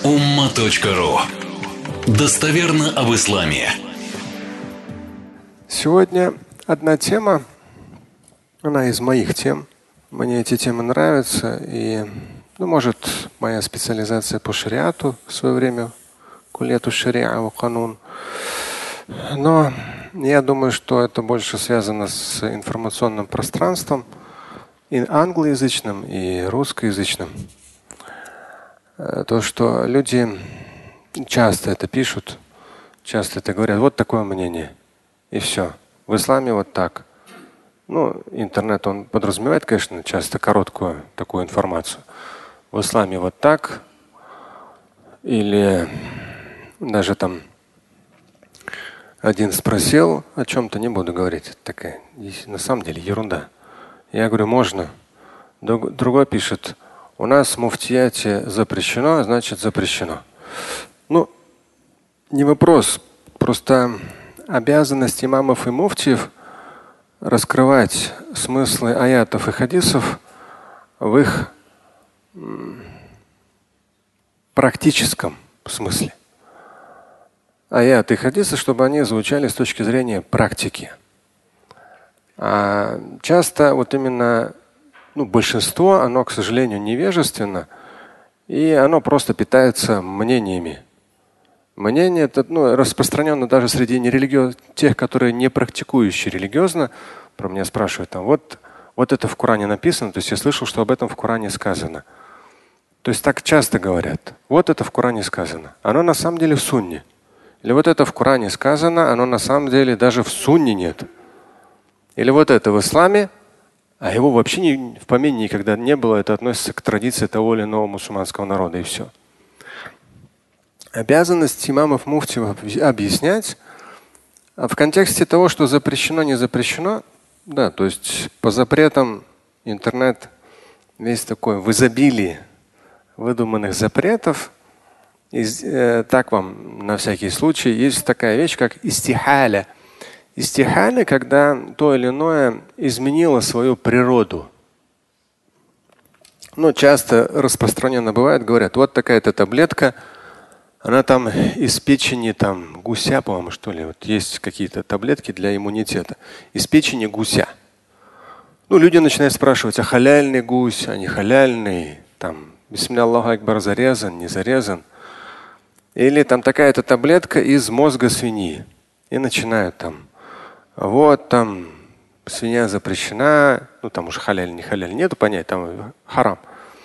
umma.ru. Достоверно об исламе. Сегодня одна тема, она из моих тем. Мне эти темы нравятся. И, может, моя специализация по шариату в свое время, кулету шариа ва канун. Но я думаю, что это больше связано с информационным пространством, и англоязычным, и русскоязычным. То, что люди часто это пишут, часто это говорят, вот такое мнение. И все. В исламе вот так. Интернет, он подразумевает, конечно, часто короткую такую информацию. В исламе вот так. Или даже там один спросил о чем-то, не буду говорить. Это такая, на самом деле, ерунда. Я говорю, можно. Другой пишет, у нас в муфтияте запрещено, значит запрещено. Не вопрос. Просто обязанность имамов и муфтиев раскрывать смыслы аятов и хадисов в их практическом смысле. Аяты и хадисы, чтобы они звучали с точки зрения практики. А часто именно большинство, оно, к сожалению, невежественно, и оно просто питается мнениями. Мнение это распространено даже среди тех, которые не практикующие религиозно. Про меня спрашивают, вот это в Коране написано, то есть я слышал, что об этом в Коране сказано. То есть так часто говорят. Вот это в Коране сказано. Оно на самом деле в сунне. Или вот это в Коране сказано, оно на самом деле даже в сунне нет. Или вот это в исламе, а его вообще в помине никогда не было. Это относится к традиции того или иного мусульманского народа, и все. Обязанность имамов муфтиев объяснять в контексте того, что запрещено, не запрещено. Да, то есть по запретам интернет весь такой в изобилии выдуманных запретов. Так вам на всякий случай есть такая вещь, как истихаля. Истихаля, когда то или иное изменило свою природу. Часто распространенно бывает, говорят, вот такая-то таблетка, она там из печени гуся, по-моему, что ли. Вот есть какие-то таблетки для иммунитета. Из печени гуся. Люди начинают спрашивать, а халяльный гусь, а не халяльный? Бисмилля Аллаху акбар, зарезан, не зарезан. Или такая-то таблетка из мозга свиньи. И начинают свинья запрещена, уже халяль, не халяль, нету понятия, там харам.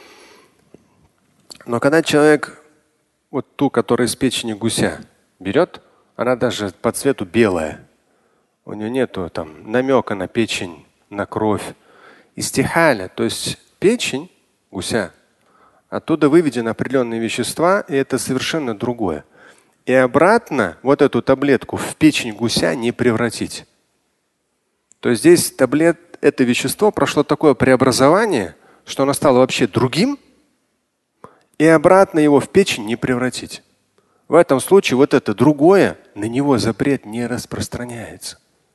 Но когда человек ту, которая из печени гуся, берет, она даже по цвету белая. У нее нету намека на печень, на кровь. Истихаля, то есть печень гуся, оттуда выведены определенные вещества, и это совершенно другое. И обратно эту таблетку в печень гуся не превратить. То есть здесь это вещество прошло такое преобразование, что оно стало вообще другим, и обратно его в печень не превратить. В этом случае это другое, на него запрет не распространяется.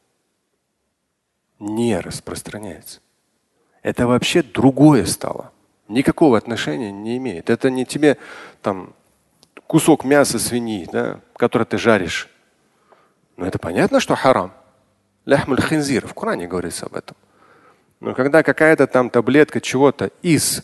Не распространяется. Это вообще другое стало. Никакого отношения не имеет. Это не тебе кусок мяса свиньи, да, который ты жаришь. Но это понятно, что харам. Ляхмуль хинзир. В Коране говорится об этом. Но когда какая-то таблетка чего-то из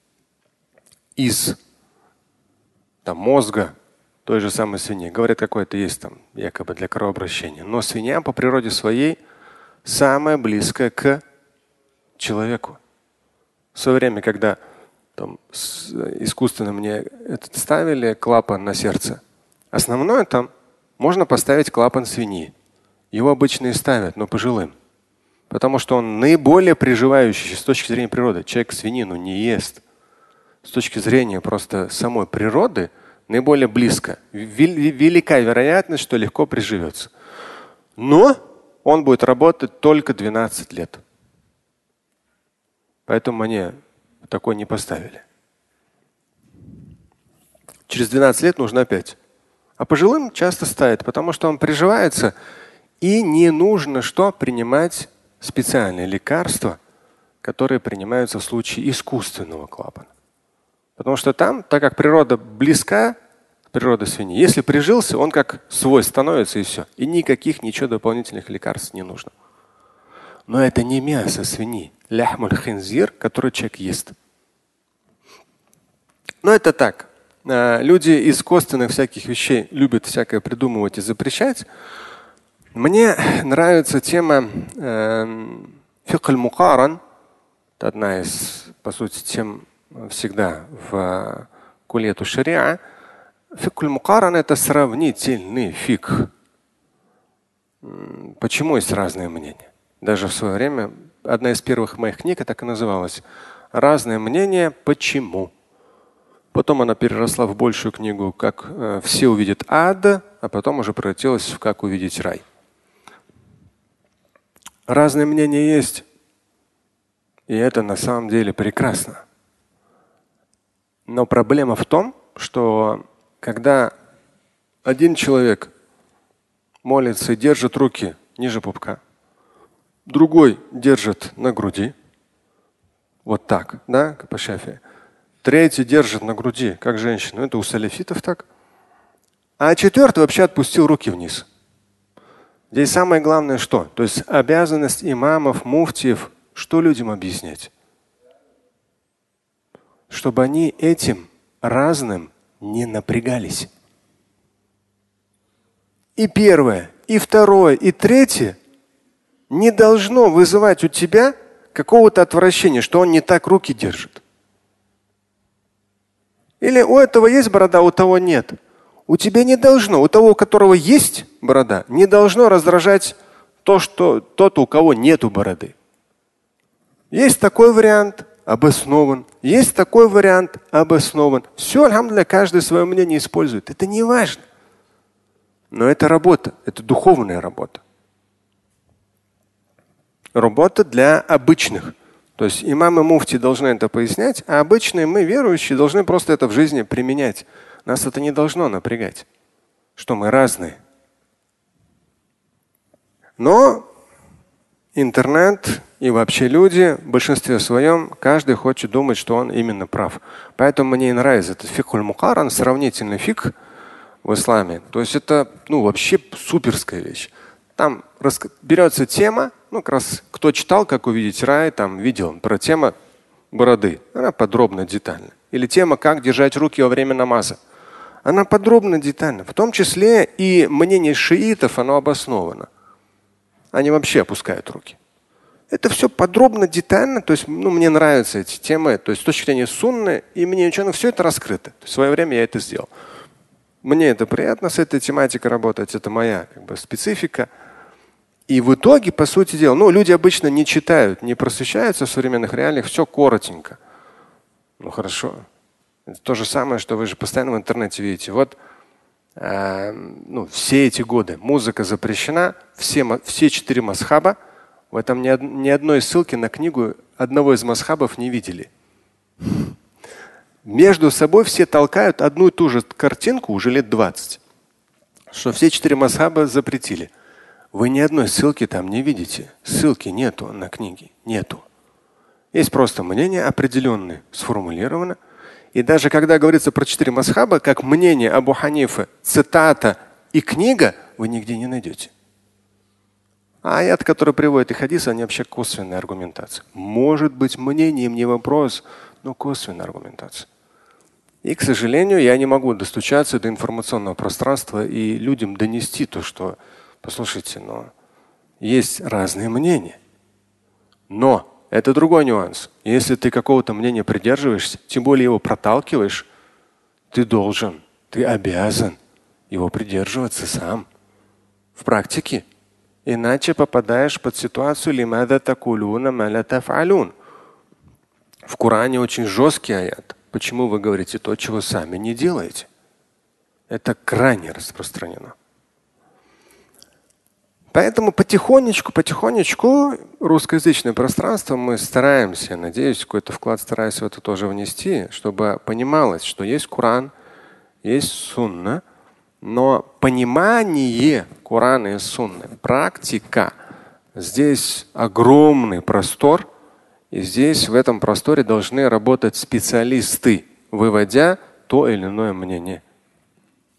мозга той же самой свиньи, говорят, какое-то есть якобы для кровообращения. Но свинья по природе своей самая близкая к человеку. В свое время, когда искусственно мне ставили клапан на сердце, основное можно поставить клапан свиньи. Его обычно и ставят, но пожилым. Потому что он наиболее приживающийся с точки зрения природы. Человек свинину не ест. С точки зрения просто самой природы наиболее близко. Велика вероятность, что легко приживется. Но он будет работать только 12 лет. Поэтому мне такой не поставили. Через 12 лет нужно опять. А пожилым часто ставят, потому что он приживается, и не нужно принимать специальные лекарства, которые принимаются в случае искусственного клапана. Потому что так как природа близка, природа свиньи. Если прижился, он как свой становится и все. И ничего дополнительных лекарств не нужно. Но это не мясо свиньи. Ляхмуль хинзир, который человек ест. Но это так. Люди из косвенных всяких вещей любят всякое придумывать и запрещать. Мне нравится тема фикх аль-мукаран. Это одна из, по сути, тем всегда в кулияту шариа. Фикх аль-мукаран – это сравнительный фикх. Почему есть разные мнения? Даже в свое время одна из первых моих книг так и называлась «Разные мнения. Почему?». Потом она переросла в большую книгу «Как все увидят ад», а потом уже превратилась в «Как увидеть рай». Разные мнения есть, и это на самом деле прекрасно. Но проблема в том, что когда один человек молится и держит руки ниже пупка, другой держит на груди, вот так, да, по Шафии. Третий держит на груди, как женщина. Это у салафитов так. А четвертый вообще отпустил руки вниз. Здесь самое главное что? То есть обязанность имамов, муфтиев, что людям объяснять? Чтобы они этим разным не напрягались. И первое, и второе, и третье не должно вызывать у тебя какого-то отвращения, что он не так руки держит. Или у этого есть борода, у того нет. У тебя не должно, у того, у которого есть борода, не должно раздражать то, что тот, у кого нету бороды. Есть такой вариант, обоснован. Есть такой вариант, обоснован. Все, альхамдулилля, каждый свое мнение использует. Это не важно. Но это работа, это духовная работа. Работа для обычных. То есть имамы муфти должны это пояснять, а обычные мы, верующие, должны просто это в жизни применять. Нас это не должно напрягать, что мы разные. Но интернет и вообще люди в большинстве своем, каждый хочет думать, что он именно прав. Поэтому мне и нравится этот фикх аль-мукаран, сравнительный фикх в исламе. То есть это вообще суперская вещь. Там берется тема, как раз кто читал, как увидеть рай, там видел про тему бороды. Она подробно, детально. Или тема, как держать руки во время намаза. Она подробно, детально. В том числе и мнение шиитов, оно обосновано. Они вообще опускают руки. Это все подробно, детально. То есть, мне нравятся эти темы. То есть, с точки зрения сунны и мнения ученых все это раскрыто. В свое время я это сделал. Мне это приятно с этой тематикой работать. Это моя специфика. И в итоге, по сути дела, люди обычно не читают, не просвещаются в современных реалиях, все коротенько. Хорошо. Это то же самое, что вы же постоянно в интернете видите. Вот все эти годы музыка запрещена, все 4 мазхаба. В этом ни одной ссылки на книгу одного из мазхабов не видели. Между собой все толкают одну и ту же картинку уже лет 20. Что все 4 мазхаба запретили. Вы ни одной ссылки там не видите. Ссылки нету на книги. Нету. Есть просто мнение определенное, сформулировано. И даже когда говорится про 4 мазхаба, как мнение Абу Ханифы, цитата и книга, вы нигде не найдете. А аят, который приводит и хадис, они вообще косвенная аргументация. Может быть мнением, не вопрос, но косвенная аргументация. И, к сожалению, я не могу достучаться до информационного пространства и людям донести то, что послушайте, но есть разные мнения. Но это другой нюанс. Если ты какого-то мнения придерживаешься, тем более его проталкиваешь, ты должен, ты обязан его придерживаться сам в практике. Иначе попадаешь под ситуацию лимада такулуна ма ла таф'алун. В Коране очень жесткий аят. Почему вы говорите то, чего сами не делаете? Это крайне распространено. Поэтому потихонечку русскоязычное пространство мы стараемся, надеюсь, какой-то вклад стараюсь в это тоже внести, чтобы понималось, что есть Коран, есть Сунна, но понимание Корана и Сунны, практика, здесь огромный простор, и здесь в этом просторе должны работать специалисты, выводя то или иное мнение.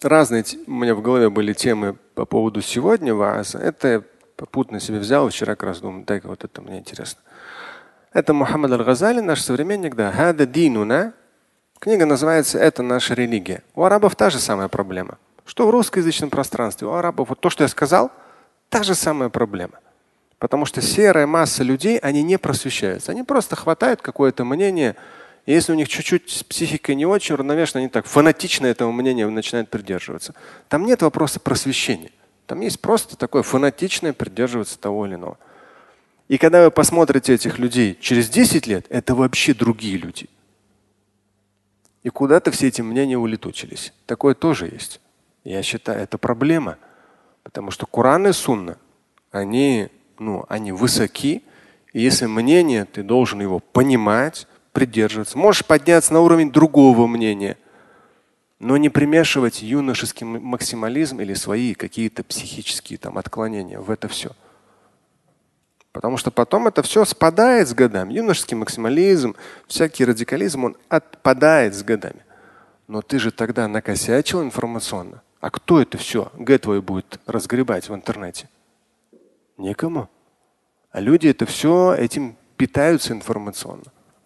разные у меня в голове были темы по поводу сегодня вааза. Это я попутно себе взял, вчера как раз думаю, дай-ка вот это мне интересно. Это Мухаммад аль-Газали, наш современник, да. Хада динуна. Книга называется «Это наша религия». У арабов та же самая проблема. Что в русскоязычном пространстве? У арабов вот то, что я сказал, та же самая проблема. Потому что серая масса людей, они не просвещаются. Они просто хватают какое-то мнение. И если у них чуть-чуть с психикой не очень равновешено, они так фанатично этого мнения начинают придерживаться. Там нет вопроса просвещения. Там есть просто такое фанатичное придерживаться того или иного. И когда вы посмотрите этих людей через 10 лет, это вообще другие люди. И куда-то все эти мнения улетучились. Такое тоже есть. Я считаю, это проблема. Потому что Коран и Сунна, они высоки. И если мнение, ты должен его понимать, придерживаться. Можешь подняться на уровень другого мнения, но не примешивать юношеский максимализм или свои какие-то психические отклонения в это все. Потому что потом это все спадает с годами. Юношеский максимализм, всякий радикализм, он отпадает с годами. Но ты же тогда накосячил информационно. А кто это все, твой будет разгребать в интернете? Никому. А люди это все этим питаются информационно.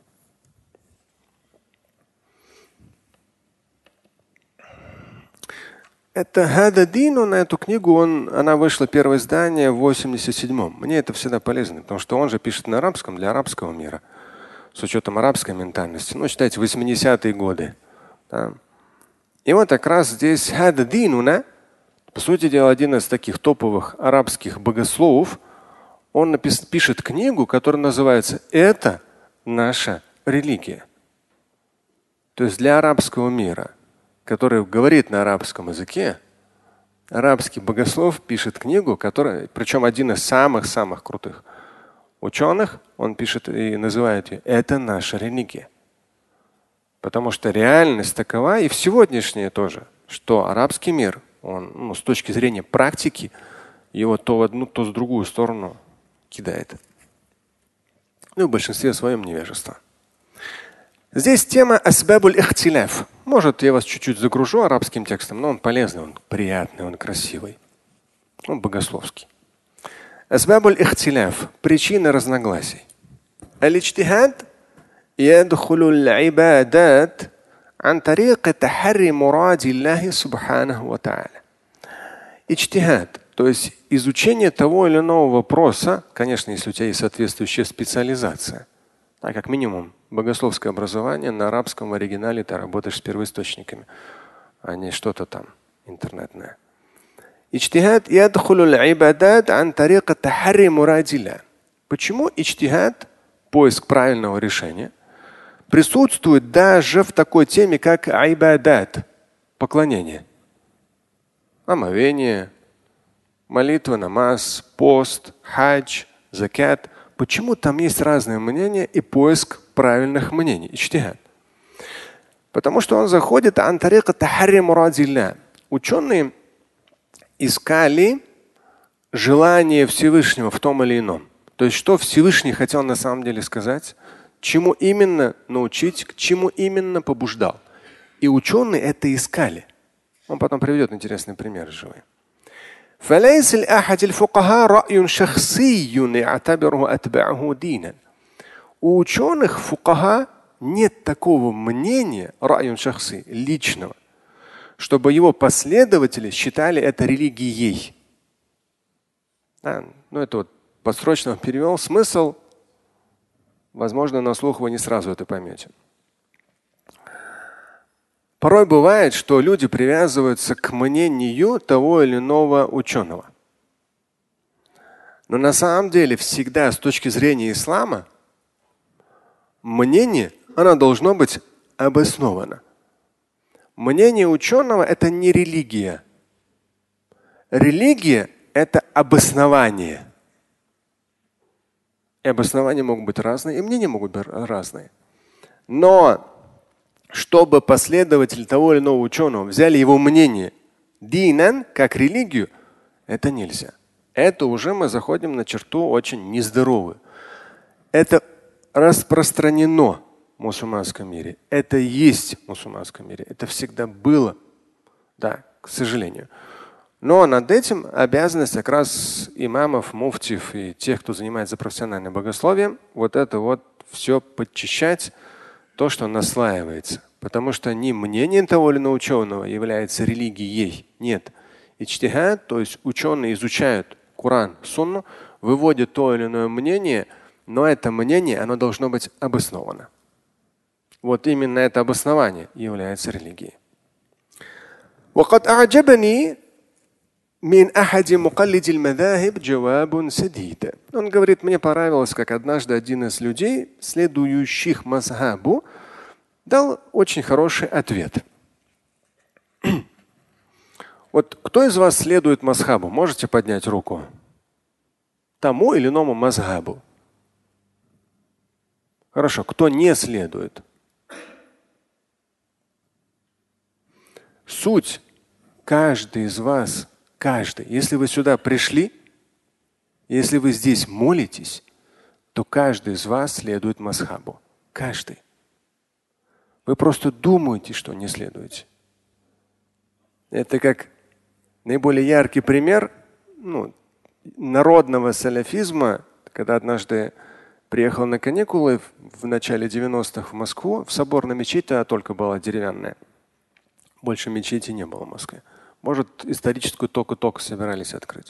Это Хада Дину, на эту книгу она вышла, первое издание в 87-м. Мне это всегда полезно, потому что он же пишет на арабском для арабского мира, с учетом арабской ментальности. Считайте, 80-е годы. Да. И вот как раз здесь Хада Динуна, по сути дела, один из таких топовых арабских богословов, он пишет книгу, которая называется «Это наша религия». То есть для арабского мира, который говорит на арабском языке, арабский богослов пишет книгу, которая, причем один из самых-самых крутых ученых, он пишет и называет ее «Это наша религия». Потому что реальность такова, и в сегодняшнее тоже, что арабский мир, он с точки зрения практики, его то в одну, то в другую сторону кидает. В большинстве своем невежество. Здесь тема асбабуль ихтиляф. Может, я вас чуть-чуть загружу арабским текстом, но он полезный, он приятный, он красивый. Он богословский. Асбабуль ихтиляф. Причины разногласий. Аль-иджтихад يدخل العبادات عن طريق تحري مراد الله سبحانه وتعالى. Иджтихад, то есть изучение того или иного вопроса, конечно, если у тебя есть соответствующая специализация, как минимум богословское образование на арабском в оригинале, ты работаешь с первоисточниками, а не что-то там интернетное. Иджтихад ядхулу аль-ибадат ан тарика тахарри мурадилля. Почему иджтихад, поиск правильного решения, присутствует даже в такой теме, как айбадат, поклонение, омовение, молитва, намаз, пост, хадж, закят. Почему там есть разные мнения и поиск правильных мнений? Иджтихад. Потому что он заходит ан тарика тахарри мурадилля. Ученые искали желание Всевышнего в том или ином. То есть, что Всевышний хотел на самом деле сказать, чему именно научить, к чему именно побуждал. И ученые это искали. Он потом приведет интересный пример живой. У ученых фукаха нет такого мнения, личного, чтобы его последователи считали это религией. Это вот подсрочно перевел смысл. Возможно, на слух вы не сразу это поймете. Порой бывает, что люди привязываются к мнению того или иного ученого. Но на самом деле всегда с точки зрения ислама мнение, оно должно быть обосновано. Мнение ученого – это не религия. Религия – это обоснование. И обоснования могут быть разные, и мнения могут быть разные. Но чтобы последователи того или иного ученого взяли его мнение динан, как религию, это нельзя. Это уже мы заходим на черту очень нездоровую. Это распространено в мусульманском мире. Это есть в мусульманском мире. Это всегда было. Да. к сожалению. Но над этим обязанность как раз имамов, муфтиев и тех, кто занимается профессиональным богословием, вот это вот все подчищать, то, что наслаивается. Потому что не мнение того или иного ученого является религией. Нет. Иджтихад, то есть ученые изучают Коран, Сунну, выводят то или иное мнение, но это мнение, оно должно быть обосновано. Вот именно это обоснование является религией. وقد أعجبني من أحد مقلد المذاهب جواب سديد. Он говорит, мне понравилось, как однажды один из людей, следующих мазхабу, дал очень хороший ответ. Вот кто из вас следует мазхабу? Можете поднять руку? Тому или иному мазхабу. Хорошо. Кто не следует? Суть. Каждый из вас, каждый, если вы сюда пришли, если вы здесь молитесь, то каждый из вас следует мазхабу. Каждый. Вы просто думаете, что не следуете. Это как наиболее яркий пример народного салафизма, когда однажды приехал на каникулы в начале 90-х в Москву, в соборной мечети, а только была деревянная. Больше мечети не было в Москве. Может, историческую только-только собирались открыть.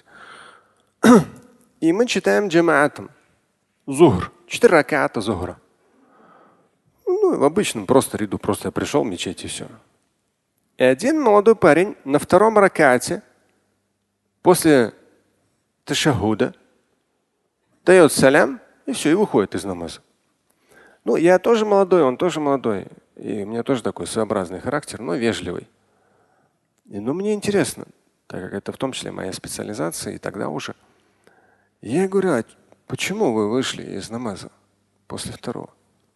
И мы читаем джамаатом. Зухр. 4 раката зухра. В обычном просто ряду. Просто я пришел в мечеть и все. И один молодой парень на 2-м ракате после ташахуда дает салям и все, и выходит из намаза. Я тоже молодой, он тоже молодой. И у меня тоже такой своеобразный характер, но вежливый. Мне интересно, так как это в том числе моя специализация, и тогда уже. Я говорю, а почему вы вышли из намаза после 2-го?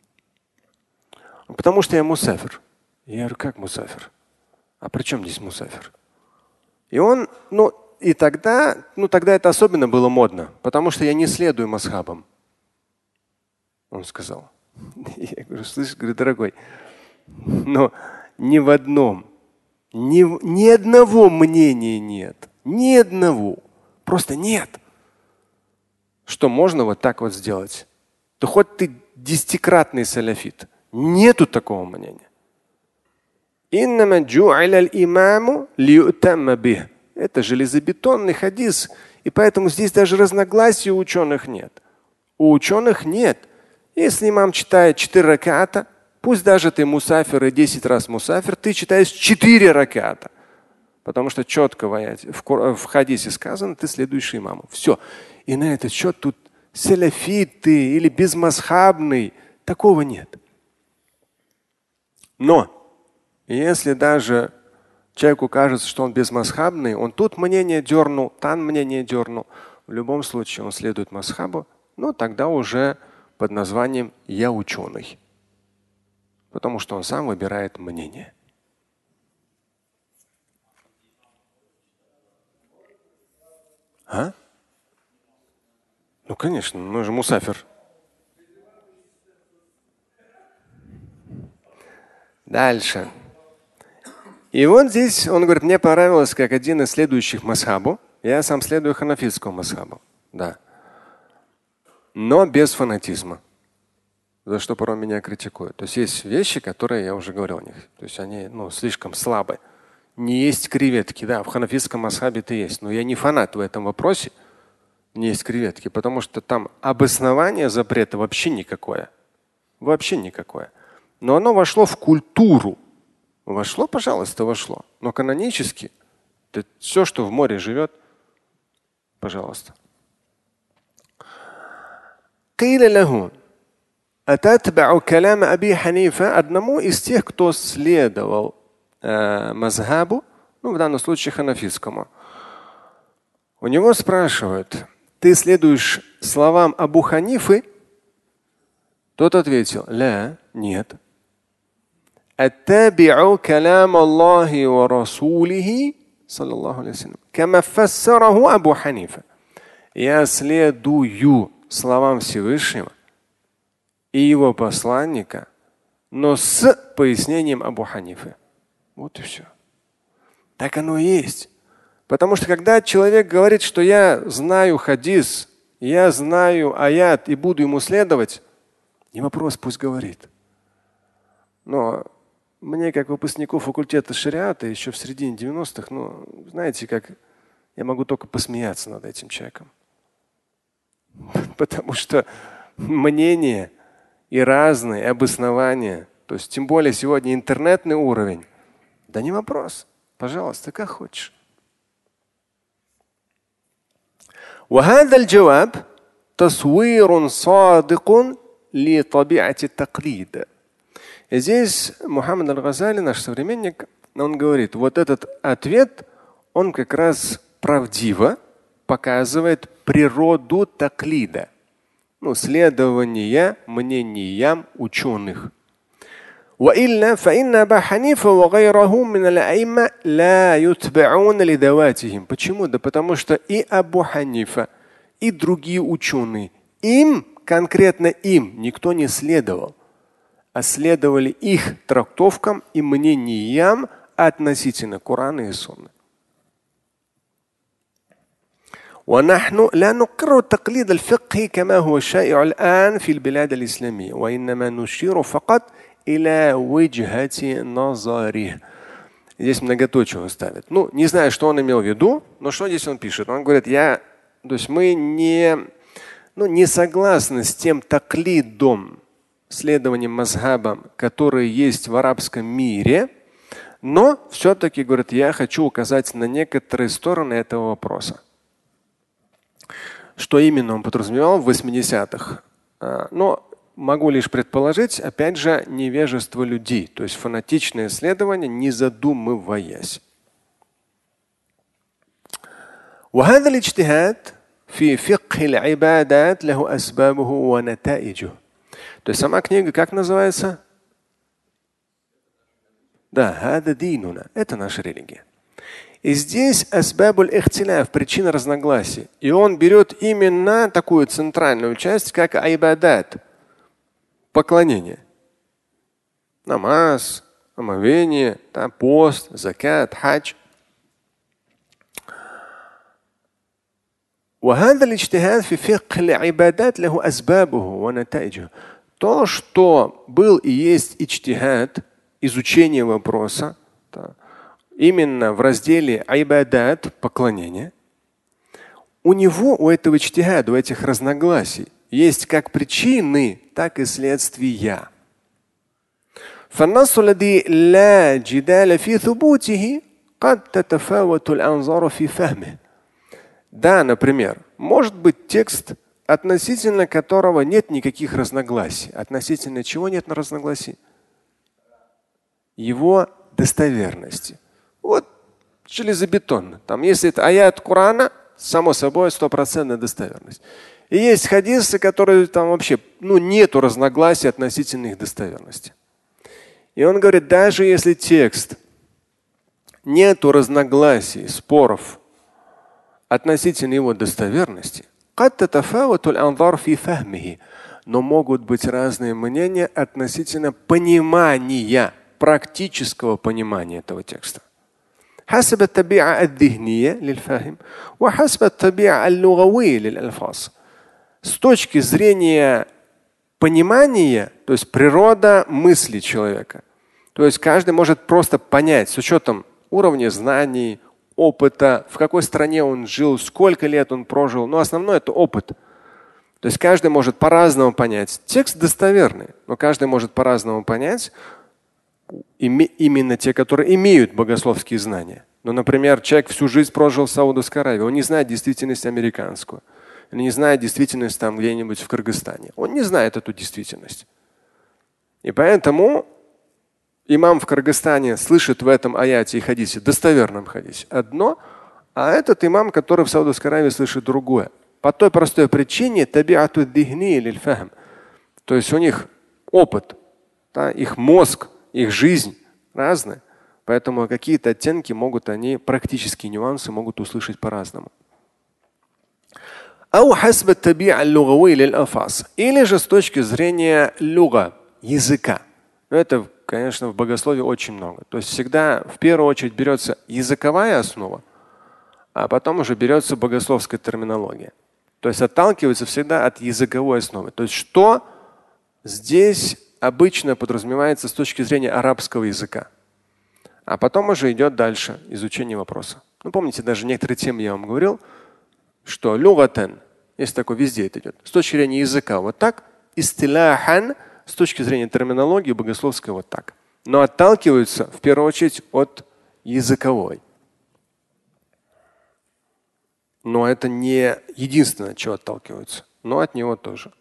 Потому что я мусафир. Я говорю, как мусафир? А при чем здесь мусафир? И он, и тогда это особенно было модно, потому что я не следую мазхабам. Он сказал. Я говорю, слышишь, дорогой, но ни в одном, ни одного мнения нет. Ни одного. Просто нет. Что можно вот так вот сделать? Да хоть ты 10-кратный салафит. Нету такого мнения. Это железобетонный хадис. И поэтому здесь даже разногласий у ученых нет. У ученых нет. Если имам читает 4 раката, пусть даже ты мусафир и 10 раз мусафир, ты читаешь 4 раката. Потому что четко в хадисе сказано, ты следуешь имаму. Все. И на этот счет тут салафит ты или безмазхабный, такого нет. Но если даже человеку кажется, что он безмазхабный, он тут мнение дернул, там мнение дернул, в любом случае он следует мазхабу, тогда уже под названием «я ученый». Потому что он сам выбирает мнение. А? Конечно, мы же мусафир. Дальше. И вот здесь он говорит, мне понравилось, как один из следующих мазхабу. Я сам следую ханафитскому мазхабу. Да. Но без фанатизма. За что порой меня критикуют. То есть есть вещи, которые я уже говорил о них. То есть они слишком слабы. Не есть креветки. Да, в ханафитском мазхабе это есть. Но я не фанат в этом вопросе. Не есть креветки. Потому что там обоснование запрета вообще никакое. Вообще никакое. Но оно вошло в культуру. Вошло, пожалуйста, вошло. Но канонически это все, что в море живет, пожалуйста. Одному из тех, кто следовал мазхабу, в данном случае ханафитскому, у него спрашивают, ты следуешь словам Абу Ханифы? Тот ответил, нет. أتبع كلام الله ورسوله صلى الله عليه وسلم كما فسره أبو حنيفة. Я следую словам Всевышнего и его посланника, но с пояснением Абу Ханифы. Вот и все. Так оно и есть. Потому что когда человек говорит, что я знаю хадис, я знаю аят и буду ему следовать, не вопрос, пусть говорит. Но мне, как выпускнику факультета шариата, еще в середине 90-х, знаете, как я могу только посмеяться над этим человеком. Потому что мнения и разные обоснования, то есть тем более сегодня интернетный уровень, да не вопрос. Пожалуйста, как хочешь. وهذا الجواب تصوير صادق لطبيعة التقليد. Здесь Мухаммад аль-Газали, наш современник, он говорит, вот этот ответ, он как раз правдиво показывает природу таклида, следования мнениям ученых. وإلا فإن أبا حنيفة وغيره من الأئمة لا يتبعون لذواتهم. Почему? Да потому что и Абу Ханифа, и другие ученые, конкретно им никто не следовал, а следовали их трактовкам и мнениям относительно Корана и Сунны. ونحن لا نقر التقليد الفقهي كما هو شائع الآن في البلاد الإسلامية وإنما نشير فقط إلى وجهة نظره. Здесь многоточие он ставит. Не знаю, что он имел в виду, но что здесь он пишет? Он говорит, мы не согласны с тем таклидом, следованием мазхабам, которые есть в арабском мире, но все-таки, говорит, я хочу указать на некоторые стороны этого вопроса. Что именно он подразумевал в 80-х? Могу лишь предположить, опять же, невежество людей, то есть фанатичное исследование, не задумываясь. وهذا الاجتهاد في فقه العبادات له أسبابه ونتائجه. То есть сама книга как называется? Да, هذا ديننا. Это наша религия. И здесь асбабуль ихтиляф, причина разногласий. И он берет именно такую центральную часть, как айбадат, поклонение. Намаз, омовение, пост, закат, хадж. وهذا الاجتهاد في فقه العبادات له أسبابه ونتائجه. То, что был и есть ичтихад, изучение вопроса, именно в разделе айбадат, поклонение, у этого ичтихада, у этих разногласий есть как причины, так и следствия. فالنص الذي لا جدال في ثبوته قد تتفاوت الأنظار في فهمه. Да, например, может быть текст, относительно которого нет никаких разногласий. Относительно чего нет разногласий? Его достоверности. Вот железобетонно. Если это аят Корана, само собой 100% достоверность. И есть хадисы, которые там вообще нету разногласий относительно их достоверности. И он говорит, даже если текст нету разногласий, споров относительно его достоверности, но могут быть разные мнения относительно понимания, практического понимания этого текста. حسب الطبيعة الذهنية للفاهم وحسب الطبيعة اللغوية للألفاظ. С точки зрения понимания, то есть природа мысли человека. То есть каждый может просто понять с учетом уровня знаний, опыта, в какой стране он жил, сколько лет он прожил. Но основное это опыт. То есть каждый может по-разному понять. Текст достоверный, но каждый может по-разному понять. Именно те, которые имеют богословские знания. Например, человек всю жизнь прожил в Саудовской Аравии, он не знает действительность американскую, или не знает действительность там где-нибудь в Кыргызстане. Он не знает эту действительность. И поэтому имам в Кыргызстане слышит в этом аяте и хадисе, достоверном хадисе, одно, а этот имам, который в Саудовской Аравии, слышит другое. По той простой причине, то есть у них опыт, их мозг, их жизнь разная, поэтому какие-то оттенки практические нюансы могут услышать по-разному. Или же с точки зрения люга, языка. Но это, конечно, в богословии очень много. То есть всегда в первую очередь берется языковая основа, а потом уже берется богословская терминология. То есть отталкивается всегда от языковой основы. То есть что здесь обычно подразумевается с точки зрения арабского языка. А потом уже идет дальше изучение вопроса. Ну, помните, даже некоторые темы я вам говорил, что люгатан, если такое везде это идет, с точки зрения языка вот так, истиляхан, с точки зрения терминологии богословской вот так. Но отталкиваются в первую очередь от языковой. Но это не единственное, от чего отталкиваются, но от него тоже.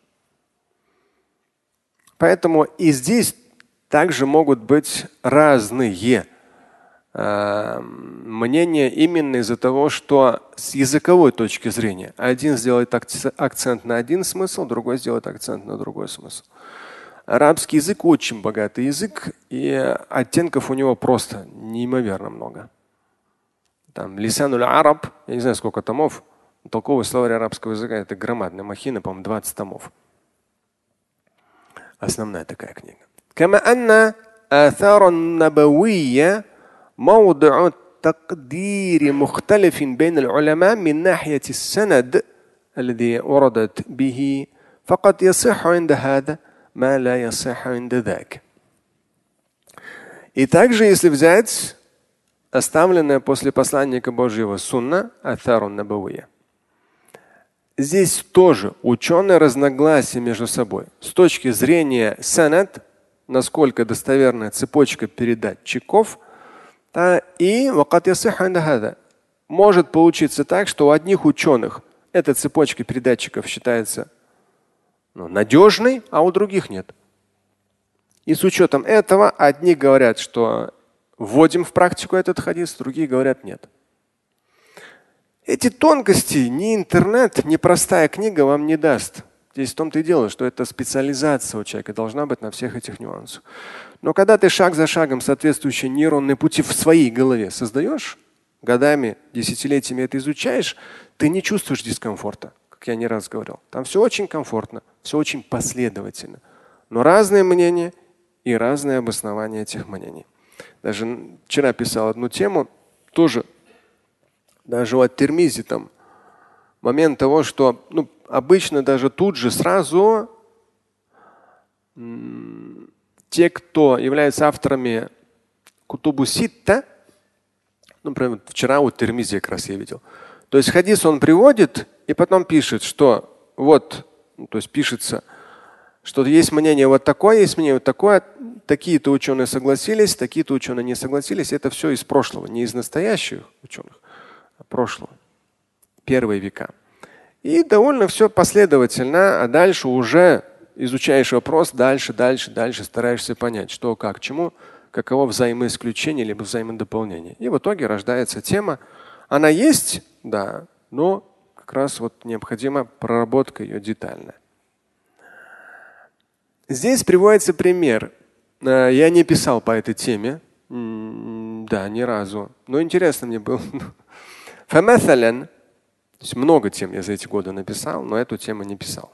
Поэтому и здесь также могут быть разные мнения именно из-за того, что с языковой точки зрения один сделает акцент на один смысл, другой сделает акцент на другой смысл. Арабский язык очень богатый язык, и оттенков у него просто неимоверно много. Там Лисануль Араб, я не знаю, сколько томов, толковый словарь арабского языка, это громадная махина, по-моему, 20 томов. Основная такая книга. كما أن آثار النبوية موضع تقدير مختلف بين العلماء من ناحية السند الذي وردت به فقد يصح عند هذا ما لا يصح عند ذاك. И также, если взять оставленное после посланника Божьего сунна Атарун Набавия, здесь тоже ученые разногласия между собой. С точки зрения санад, насколько достоверная цепочка передатчиков, и может получиться так, что у одних ученых эта цепочка передатчиков считается надежной, а у других нет. И с учетом этого одни говорят, что вводим в практику этот хадис, другие говорят нет. Эти тонкости ни интернет, ни простая книга вам не даст. Здесь в том-то и дело, что это специализация у человека должна быть на всех этих нюансах. Но когда ты шаг за шагом соответствующие нейронные пути в своей голове создаешь, годами, десятилетиями это изучаешь, ты не чувствуешь дискомфорта, как я не раз говорил. Там все очень комфортно, все очень последовательно. Но разные мнения и разные обоснования этих мнений. Даже вчера писал одну тему, тоже даже у Ат-Тирмизи там момент того, что обычно даже тут же сразу те, кто являются авторами Кутубу Ситта, например, вчера у Тирмизи как раз я видел. То есть хадис он приводит и потом пишет, что вот, то есть пишется, что есть мнение вот такое, есть мнение вот такое, такие-то ученые согласились, такие-то ученые не согласились. Это все из прошлого, не из настоящих ученых, а прошлого, первые века. И довольно все последовательно, а дальше уже изучаешь вопрос, дальше, стараешься понять, что, как, чему, каково взаимоисключение либо взаимодополнение. И в итоге рождается тема. Она есть, да, но как раз вот необходима проработка ее детальная. Здесь приводится пример. Я не писал по этой теме, да, ни разу, но интересно мне было. То есть много тем я за эти годы написал, но эту тему не писал.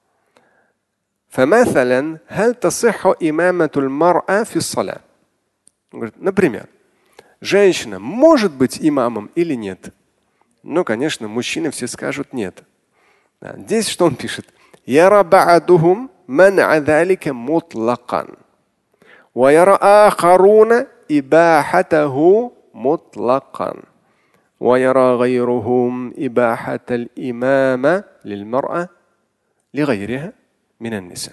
Например, женщина может быть имамом или нет? Ну, конечно, мужчины все скажут нет. Здесь что он пишет? يرى بعضهم منع ذلك مطلقا ويرى آخرون إباحته مطلقا ويرى غيرهم إباحة الإمامة للمرأة لغيرها من النساء.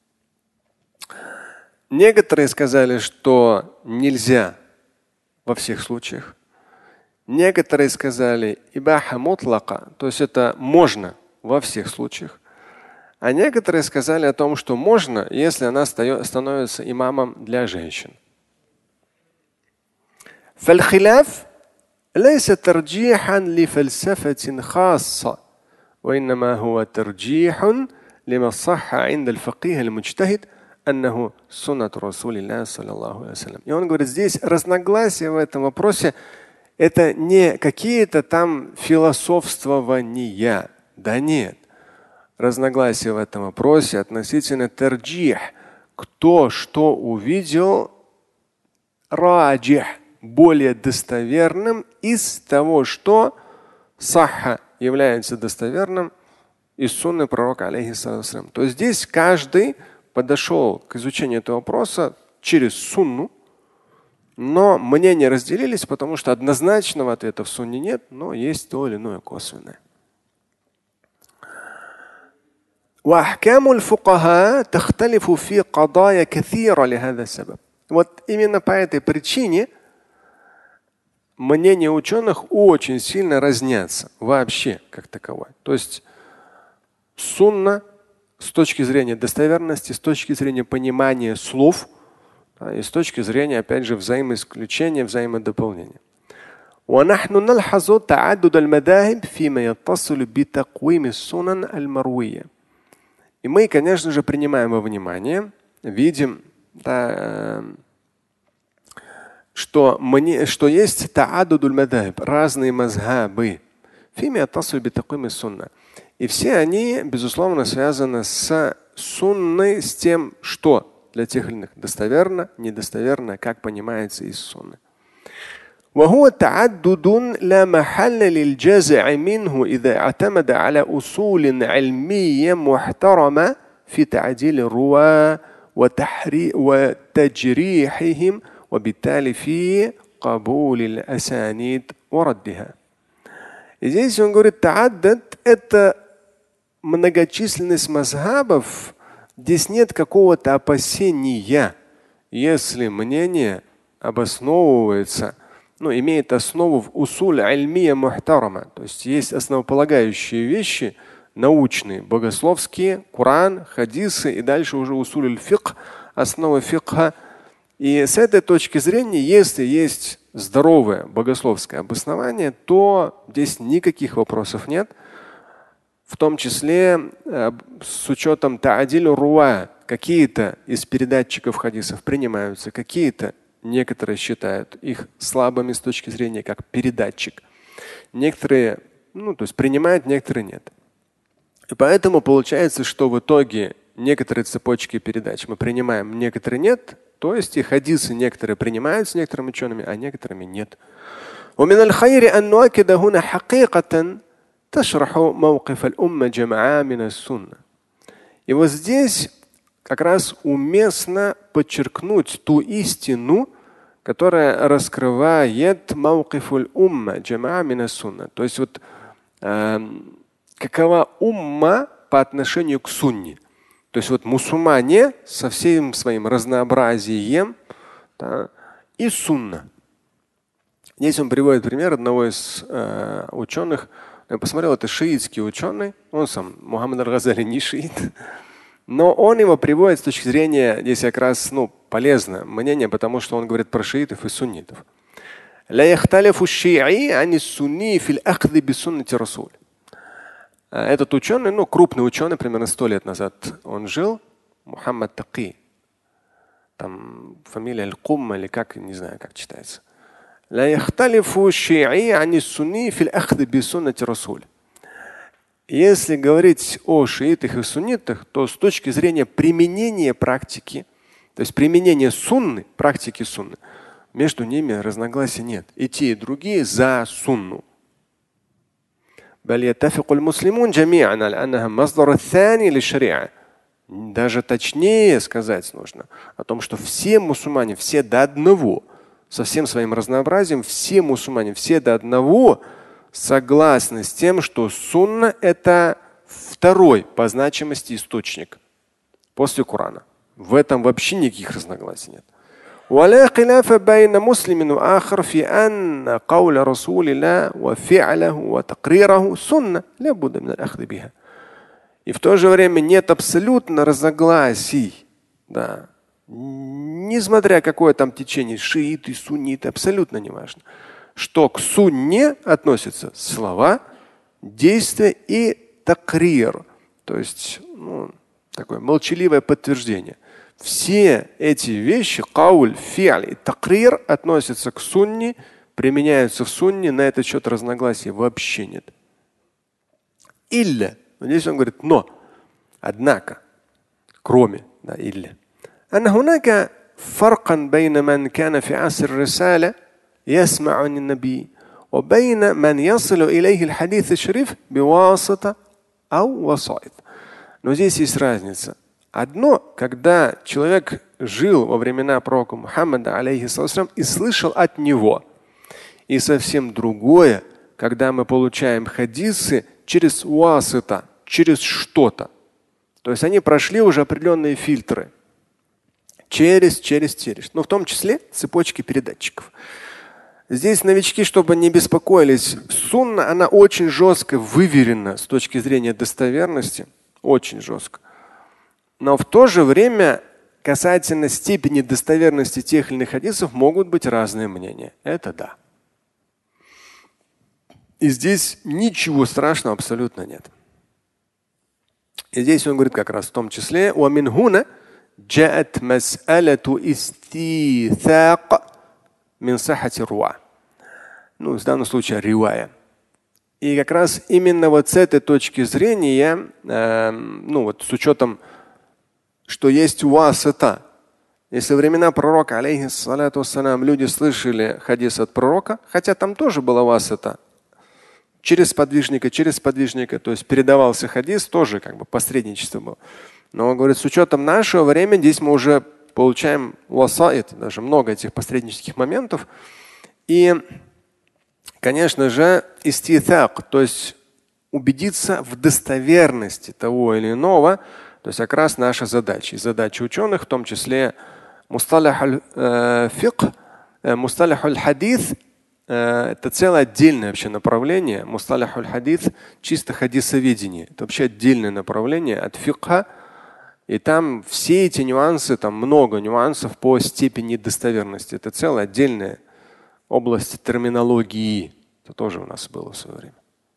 Некоторые сказали, что нельзя во всех случаях. Некоторые сказали ибаха мутлака, то есть это можно во всех случаях. А некоторые сказали о том, что можно, если она становится имамом для женщин. فالخلاف ليس ترجيحا لفلسفة خاصة وإنما هو ترجيح لما صح عند الفقيه المجتهد أنه سنة رسول الله صلى الله عليه وسلم. И он говорит, здесь разногласия в этом вопросе это не какие-то там философствования. Да нет. Разногласия в этом вопросе относительно тарджих, кто что увидел, раджих, более достоверным из того, что сахха является достоверным из сунны пророка, алейхиссалям. То есть здесь каждый подошел к изучению этого вопроса через сунну, но мнения разделились, потому что однозначного ответа в сунне нет, но есть то или иное косвенное. وأحكام الفقهاء تختلف في قضايا كثيرة لهذا السبب. Вот именно по этой причине мнения ученых очень сильно разнятся вообще как таковое. То есть сунна с точки зрения достоверности, с точки зрения понимания слов, и с точки зрения, опять же, взаимоисключения, взаимодополнения. ونحن نلحظ تعدد المذاهب فيما يتصل بتقويم السنن المروية. И мы, конечно же, принимаем во внимание, видим, что есть та'аддудуль мадхаб, разные мазхабы. И все они, безусловно, связаны с сунной, с тем, что для тех или иных достоверно, недостоверно, как понимается из сунны. وهو تعدد لا محل للجزع منه إذا اعتمد على أصول علمية محترمة في تعديل الرواة وتجريحهم وبالتالي في قبول الأسانيد وردها. И здесь он говорит, та'аддад – это многочисленность мазхабов. Здесь нет какого-то опасения, если мнение обосновывается, имеет основу в усуль альмия мухтарама. То есть основополагающие вещи научные, богословские, Коран, хадисы и дальше уже усуль аль-фикх, основы фикха. И с этой точки зрения, если есть здоровое богословское обоснование, то здесь никаких вопросов нет. В том числе с учетом та'адилю руа, какие-то из передатчиков хадисов принимаются, какие-то некоторые считают их слабыми с точки зрения как передатчик. Некоторые, то есть принимают, некоторые нет. И поэтому получается, что в итоге некоторые цепочки передач мы принимаем, некоторые нет. То есть и хадисы некоторые принимаются некоторыми учеными, а некоторыми нет. И вот здесь как раз уместно подчеркнуть ту истину, которая раскрывает мауқифуль умма джамаа мина сунна. То есть какова умма по отношению к сунне. То есть мусульмане со всем своим разнообразием и сунна. Здесь он приводит пример одного из ученых. Я посмотрел, это шиитский ученый. Он сам, Мухаммад аль-Газали, не шиит. Но он его приводит с точки зрения, здесь как раз полезно мнение, потому что он говорит про шиитов и суннитов. Этот ученый, крупный ученый, примерно 100 лет назад он жил, Мухаммад Таки. Там фамилия Аль-Кумма или как, не знаю, как читается. Если говорить о шиитах и суннитах, то с точки зрения применения практики, то есть применения сунны, практики сунны, между ними разногласий нет. И те, и другие за сунну. Даже точнее сказать нужно о том, что все мусульмане, все до одного, со всем своим разнообразием, все мусульмане, все до одного согласны с тем, что сунна – это второй по значимости источник после Корана. В этом вообще никаких разногласий нет. ولا خلاف بين مسلم وآخر في أن قول رسول الله وفعله وتقريره سنة لا بد من الأخذ بها. И в то же время нет абсолютно разногласий, несмотря какое там течение, шииты, сунниты, абсолютно не важно, что к сунне относятся слова, действия и такрир, то есть такое молчаливое подтверждение. Все эти вещи, кауль, фи'аль и такрир, относятся к сунне, применяются в сунне, на этот счет разногласий вообще нет. Илля. Здесь он говорит, но, однако, кроме, илля. أن هناك فرقا بين من كان في عصر الرسالة يسمع عن النبي وبين من يصل إليه الحديث الشريف بواسطة أو وسائط. Но здесь есть разница. Одно, когда человек жил во времена пророка Мухаммада, алейхиссалям, и слышал от него. И совсем другое, когда мы получаем хадисы через васита, через что-то. То есть они прошли уже определенные фильтры. Через. Но в том числе цепочки передатчиков. Здесь новички, чтобы не беспокоились, сунна, она очень жестко выверена с точки зрения достоверности. Очень жестко. Но в то же время касательно степени достоверности тех или иных хадисов могут быть разные мнения. Это да. И здесь ничего страшного абсолютно нет. И здесь он говорит как раз в том числе وَمِنْ هُنَا جَاءَتْ مَسْأَلَةُ إِسْتِيثَاقٍ مِنْ صَحَّةِ الرُّوَاةِ. Ну, в данном случае ривая. И как раз именно вот с этой точки зрения, с учетом, что есть васита. Если во времена пророка, алейхиссалату вассалям, люди слышали хадис от пророка, хотя там тоже была васита, через сподвижника, то есть передавался хадис, тоже как бы посредничество было. Но он говорит, с учетом нашего времени здесь мы уже получаем васаит, даже много этих посреднических моментов. И, конечно же, иститак, то есть убедиться в достоверности того или иного, то есть как раз наша задача. И задача ученых, в том числе мусталях аль-фикх, мусталях аль-хадис, это целое отдельное вообще направление. Мусталях аль-хадис, чисто хадисоведение. Это вообще отдельное направление от фикха. И там все эти нюансы, там много нюансов по степени достоверности. Это целая отдельная область терминологии. Это тоже у нас было в свое время.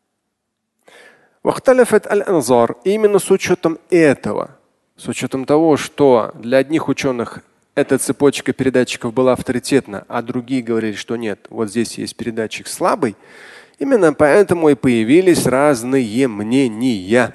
Именно с учетом этого, с учетом того, что для одних ученых эта цепочка передатчиков была авторитетна, а другие говорили, что нет, вот здесь есть передатчик слабый, именно поэтому и появились разные мнения.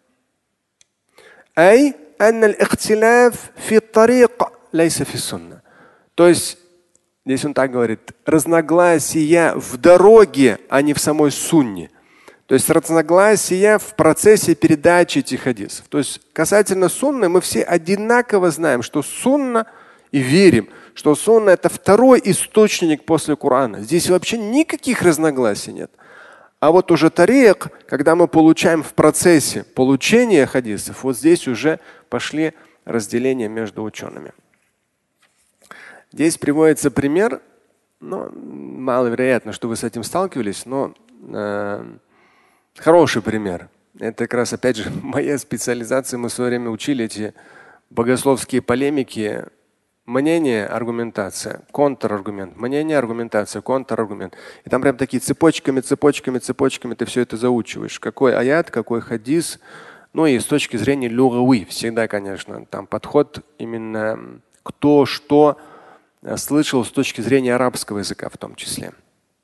То есть, здесь он так говорит, разногласия в дороге, а не в самой сунне. То есть разногласия в процессе передачи этих хадисов. То есть касательно сунны мы все одинаково знаем, что сунна, и верим, что сунна – это второй источник после Корана. Здесь вообще никаких разногласий нет. А вот уже тарик, когда мы получаем в процессе получения хадисов, вот здесь уже пошли разделения между учеными. Здесь приводится пример, маловероятно, что вы с этим сталкивались, но хороший пример. Это как раз, опять же, моя специализация. Мы в свое время учили эти богословские полемики. Мнение, аргументация, контраргумент, мнение, аргументация, контраргумент. И там прям такие цепочками ты все это заучиваешь. Какой аят, какой хадис. Ну и с точки зрения люгавы всегда, конечно, там подход именно кто что слышал с точки зрения арабского языка в том числе.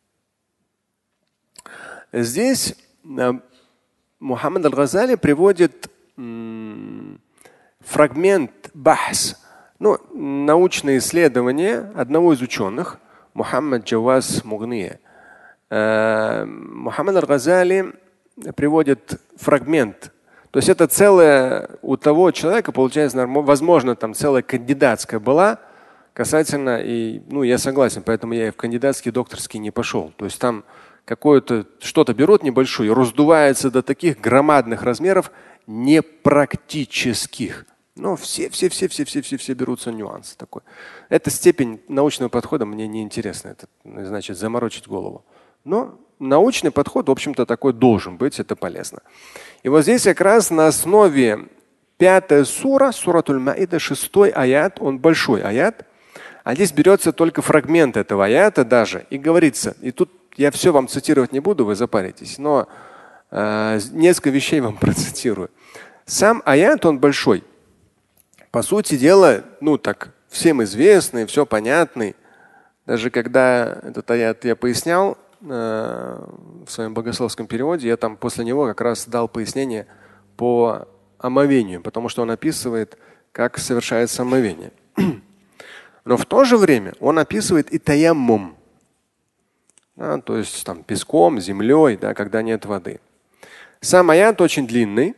Здесь Мухаммад аль-Газали приводит фрагмент бахс. Научное исследование одного из ученых, Мухаммад Джаваз Мугния. Мухаммад аль-Газали приводит фрагмент. То есть это целое у того человека, получается, возможно, там целая кандидатская была касательно, и я согласен, поэтому я и в кандидатский, докторский не пошел. То есть там какое-то что-то берут небольшое, раздувается до таких громадных размеров непрактических. Но все берутся нюансы такой. Эта степень научного подхода мне не интересна. Это значит заморочить голову. Но научный подход, в общем-то, такой должен быть, это полезно. И вот здесь как раз на основе 5 сура, суратуль Маида, 6 аят, он большой аят, а здесь берется только фрагмент этого аята даже, и говорится, и тут я все вам цитировать не буду, вы запаритесь, но несколько вещей вам процитирую. Сам аят, он большой. По сути дела, так всем известный, все понятный. Даже когда этот аят я пояснял в своем богословском переводе, я там после него как раз дал пояснение по омовению, потому что он описывает, как совершается омовение. Но в то же время он описывает и таяммум. То есть там песком, землей, да, когда нет воды. Сам аят очень длинный.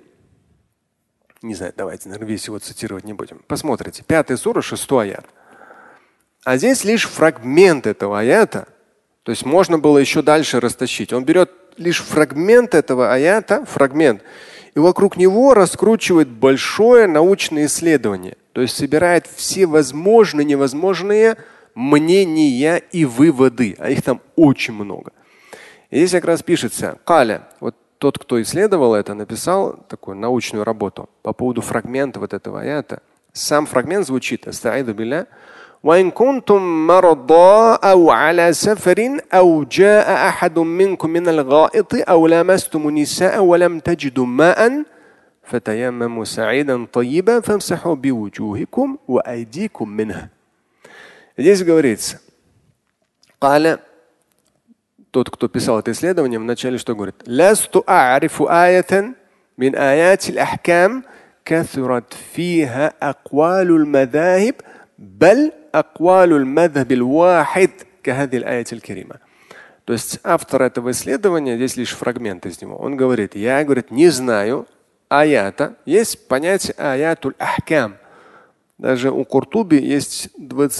Не знаю, давайте, наверное, весь его цитировать не будем. Посмотрите. 5 сура, 6 аят. А здесь лишь фрагмент этого аята. То есть можно было еще дальше растащить. Он берет лишь фрагмент этого аята, фрагмент, и вокруг него раскручивает большое научное исследование. То есть собирает все возможные, невозможные мнения и выводы. А их там очень много. И здесь как раз пишется «Каля». Вот тот, кто исследовал это, написал такую научную работу по поводу фрагмента вот этого аята. Сам фрагмент звучит «Астаиду билля». وإن كنتم مرضى أو على سفر أو جاء أحد منكم من الغائط أو لامستم النساء ولم تجدوا ماء فتيمموا سعيدا طيبا فامسحوا بوجوهكم وأيديكم منه. Здесь говорится, قال, тот, кто писал это исследование, вначале что говорит? لست أعرف آية من آيات الأحكام كثرت فيها أقوال المذاهب بل أقوال المذهب الواحد كهذه الآية الكريمة. То есть автор этого исследования, здесь лишь фрагмент из него, он говорит, я, говорит, не знаю аята. Есть понятие аятуль ахкам. Даже у Куртуби есть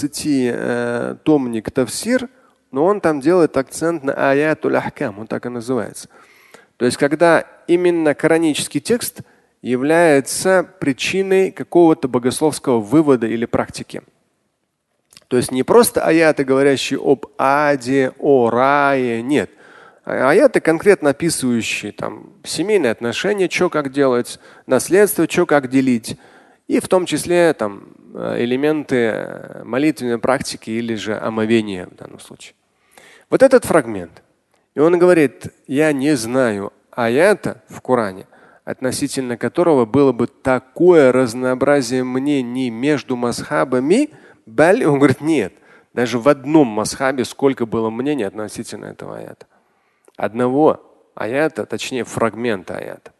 20-томник тафсир, но он там делает акцент на аятуль ахкам, он так и называется. То есть когда именно коранический текст является причиной какого-то богословского вывода или практики. То есть не просто аяты, говорящие об аде, о рае, нет. Аяты, конкретно описывающие там семейные отношения, что как делать, наследство, что как делить. И в том числе там элементы молитвенной практики или же омовения в данном случае. Вот этот фрагмент. И он говорит, я не знаю аята в Коране, относительно которого было бы такое разнообразие мнений между мазхабами. Он говорит, нет, даже в одном мазхабе сколько было мнений относительно этого аята. Одного аята, точнее фрагмента аята.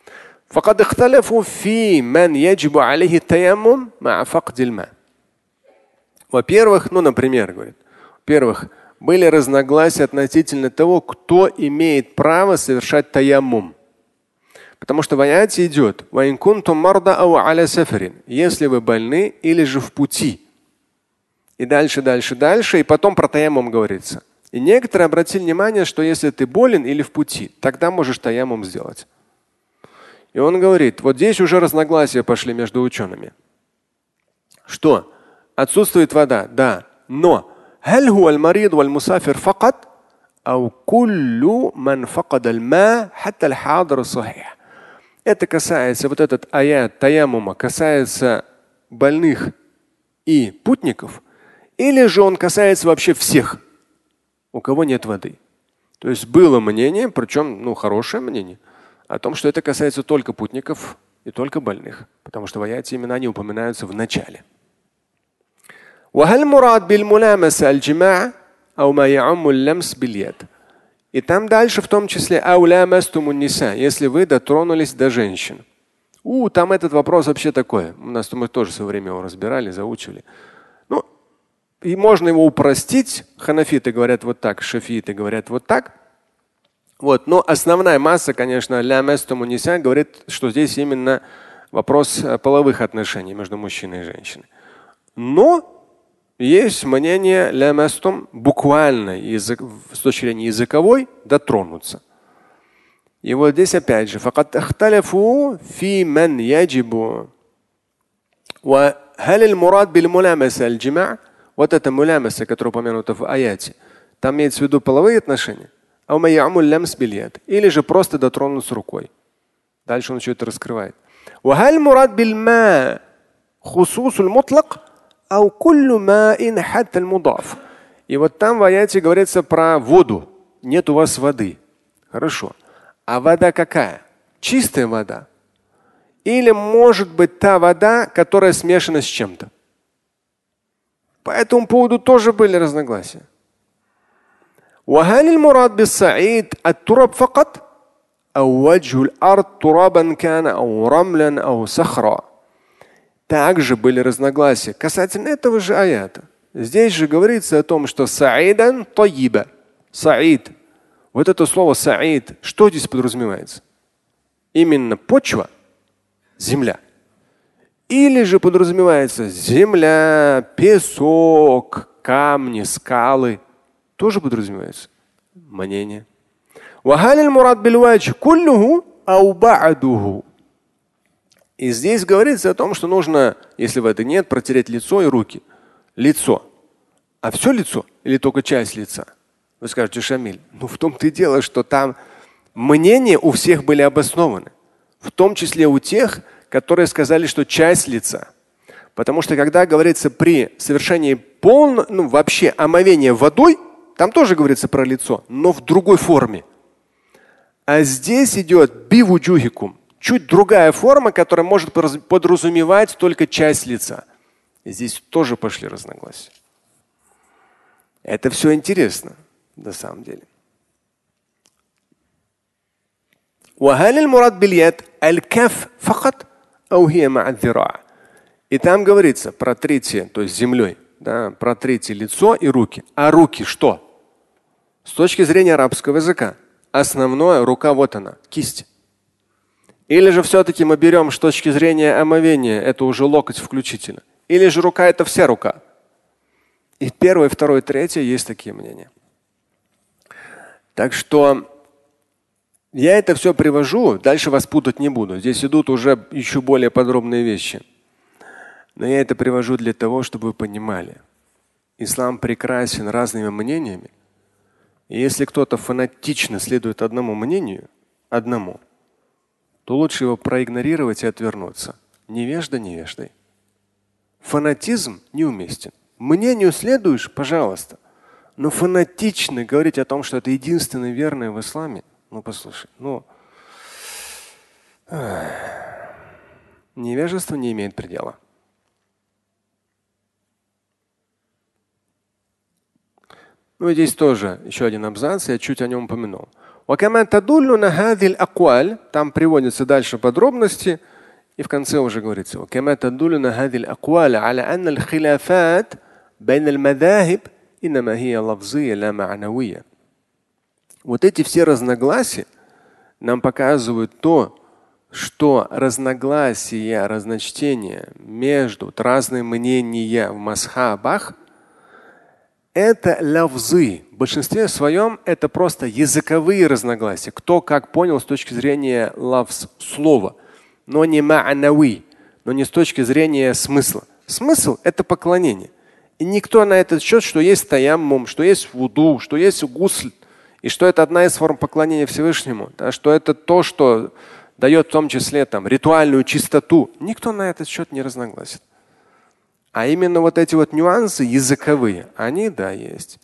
Во-первых, например, говорит, во-первых, были разногласия относительно того, кто имеет право совершать таяммум. Потому что в аяте идет, если вы больны или же в пути. И дальше, и потом про таяммум говорится. И некоторые обратили внимание, что если ты болен или в пути, тогда можешь таяммум сделать. И он говорит, вот здесь уже разногласия пошли между учеными. Что? Отсутствует вода, да. Но это касается, вот этот аят таяммума касается больных и путников, или же он касается вообще всех, у кого нет воды. То есть было мнение, причем хорошее мнение, о том, что это касается только путников и только больных, потому что в аяте именно они упоминаются в начале. И там дальше в том числе если вы дотронулись до женщин. Там этот вопрос вообще такой. У нас мы тоже в свое время его разбирали, заучивали. И можно его упростить. Ханафиты говорят вот так, шафииты говорят вот так. Но основная масса, конечно, говорит, что здесь именно вопрос половых отношений между мужчиной и женщиной. Но есть мнение буквально с точки зрения языковой дотронуться. И вот здесь опять же, вот это мулямаса, которое упомянуто в аяте, там имеется в виду половые отношения, или же просто дотронуться рукой. Дальше он все это раскрывает. И вот там в аяте говорится про воду. Нет у вас воды. Хорошо. А вода какая? Чистая вода. Или может быть та вода, которая смешана с чем-то. По этому поводу тоже были разногласия. также были разногласия касательно этого же аята. Здесь же говорится о том, что саидан тайиба. Саид. Вот это слово саид, что здесь подразумевается? Именно почва, земля. Или же подразумевается земля, песок, камни, скалы. Тоже подразумевается мнение. И здесь говорится о том, что нужно, если воды нет, протереть лицо и руки. Лицо. А все лицо или только часть лица? Вы скажете, Шамиль, ну в том-то и дело, что там мнения у всех были обоснованы. В том числе у тех, которые сказали, что часть лица. Потому что когда говорится при совершении полного, вообще омовения водой, там тоже говорится про лицо, но в другой форме. А здесь идет бивуджухикум. Чуть другая форма, которая может подразумевать только часть лица. И здесь тоже пошли разногласия. Это все интересно, на самом деле. И там говорится, протрите, то есть землей, да, протрите лицо и руки. А руки что? С точки зрения арабского языка, основное рука вот она, кисть. Или же все-таки мы берем с точки зрения омовения, это уже локоть включительно. Или же рука это вся рука. И первое, второе, третье есть такие мнения. Так что я это все привожу, дальше вас путать не буду. Здесь идут уже еще более подробные вещи. Но я это привожу для того, чтобы вы понимали. Ислам прекрасен разными мнениями. И если кто-то фанатично следует одному мнению, то лучше его проигнорировать и отвернуться. Невежда невеждой. Фанатизм неуместен. Мнению следуешь, пожалуйста. Но фанатично говорить о том, что это единственное верное в исламе, послушай, невежество не имеет предела. Здесь тоже еще один абзац, я чуть о нем упомянул. Там приводятся дальше подробности, и в конце уже говорится. Вот эти все разногласия нам показывают то, что разногласия, разночтения между разные мнения в масхабах это лавзы. В большинстве своем это просто языковые разногласия. Кто как понял с точки зрения лавз слова, но не ма'нави, но не с точки зрения смысла. Смысл – это поклонение. И никто на этот счет, что есть таяммум, что есть вуду, что есть гусль, и что это одна из форм поклонения Всевышнему, да, что это то, что дает в том числе ритуальную чистоту. Никто на этот счет не разногласит. А именно вот эти вот нюансы языковые, они, да, есть.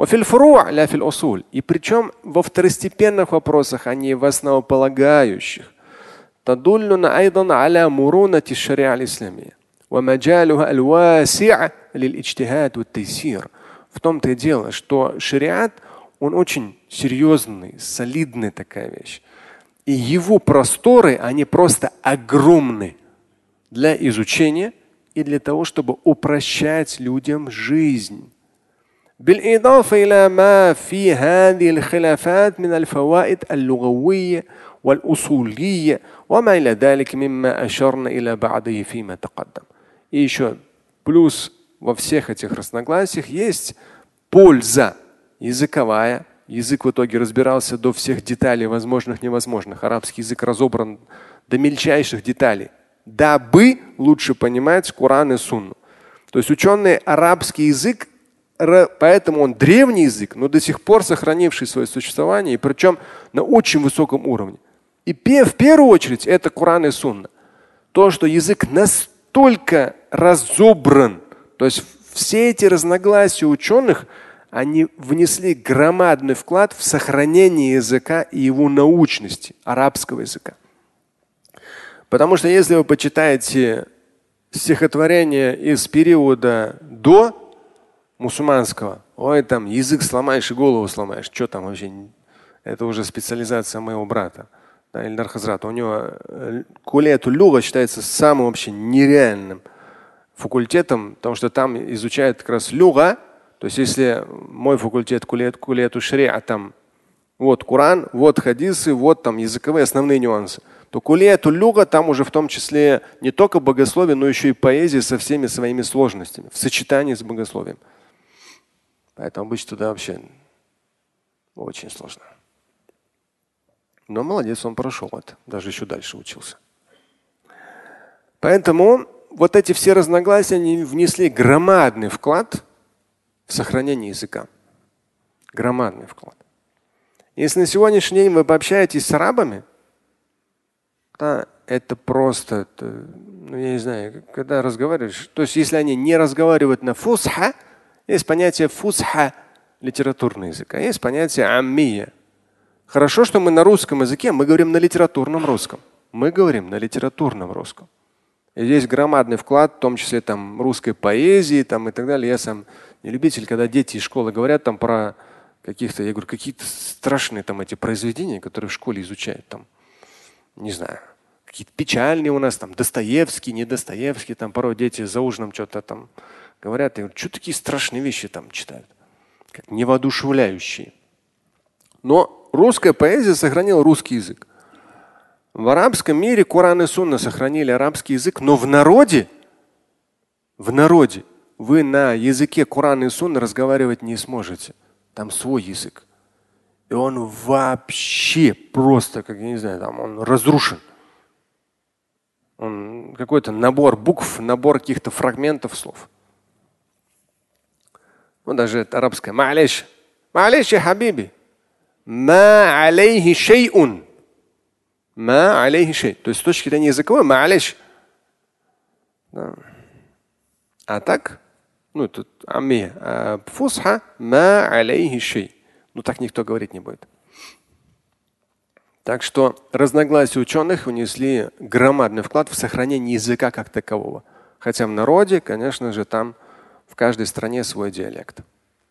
И причем во второстепенных вопросах, а не в основополагающих. تدلنا أيضا على مرونة الشريعة الإسلامية ومجالها الواسع للاجتهاد والتيسير. В том-то и дело, что шариат, он очень серьезный, солидная такая вещь. И его просторы, они просто огромны для изучения и для того, чтобы упрощать людям жизнь. بالإضافة إلى ما في هذه الخلافات من الفوائد اللغوية والأصولية وما إلى ذلك مما أشرنا إلى بعضه فيما تقدم. И еще плюс во всех этих разногласиях есть польза языковая. Язык в итоге разбирался до всех деталей, возможных, невозможных. Арабский язык разобран до мельчайших деталей, дабы лучше понимать Коран и Сунну. То есть ученые арабский язык, поэтому он древний язык, но до сих пор сохранивший свое существование, и причем на очень высоком уровне. И в первую очередь это Коран и Сунна. То, что язык настолько разобран, то есть все эти разногласия ученых, они внесли громадный вклад в сохранение языка и его научности, арабского языка. Потому что если вы почитаете стихотворение из периода до мусульманского, ой, там язык сломаешь и голову сломаешь. Что там вообще? Это уже специализация моего брата. Да, Ильдар Хазрат, у него кулияту люга считается самым вообще нереальным факультетом, потому что там изучают как раз люга. То есть если мой факультет кулияту шариа, там вот Коран, вот хадисы, вот там языковые основные нюансы, то кулияту люга там уже в том числе не только богословие, но еще и поэзия со всеми своими сложностями в сочетании с богословием. Поэтому быть туда вообще очень сложно. Но молодец, он прошел это, даже еще дальше учился. Поэтому вот эти все разногласия они внесли громадный вклад в сохранение языка. Громадный вклад. Если на сегодняшний день вы пообщаетесь с арабами, да, это просто, ну я не знаю, когда разговариваешь, то есть если они не разговаривают на фусха, есть понятие фусха литературный язык, а есть понятие аммия. Хорошо, что мы на русском языке, мы говорим на литературном русском. Мы говорим на литературном русском. И здесь громадный вклад, в том числе там русской поэзии там, и так далее. Я сам не любитель, когда дети из школы говорят там про каких-то, я говорю, какие-то страшные там эти произведения, которые в школе изучают там, не знаю, какие-то печальные у нас там, Достоевский, не Достоевский, там порой дети за ужином что-то там говорят. Я говорю, что такие страшные вещи там читают, как невоодушевляющие. Но русская поэзия сохранила русский язык. В арабском мире Коран и Сунна сохранили арабский язык, но в народе вы на языке Корана и Сунны разговаривать не сможете. Там свой язык. И он вообще просто, как я не знаю, там он разрушен. Он какой-то набор букв, набор каких-то фрагментов слов. Ну, даже это арабское. Ма'алейш. Ма'алейш, хабиби. Ма алейхи шей'ун. Ма алейхи шей. То есть с точки зрения языковой, ма'алейш. Да. А так, ну тут амми, фусха, ма алейхи шей. Ну так никто говорить не будет. Так что разногласия ученых внесли громадный вклад в сохранение языка как такового. Хотя в народе, конечно же, там в каждой стране свой диалект.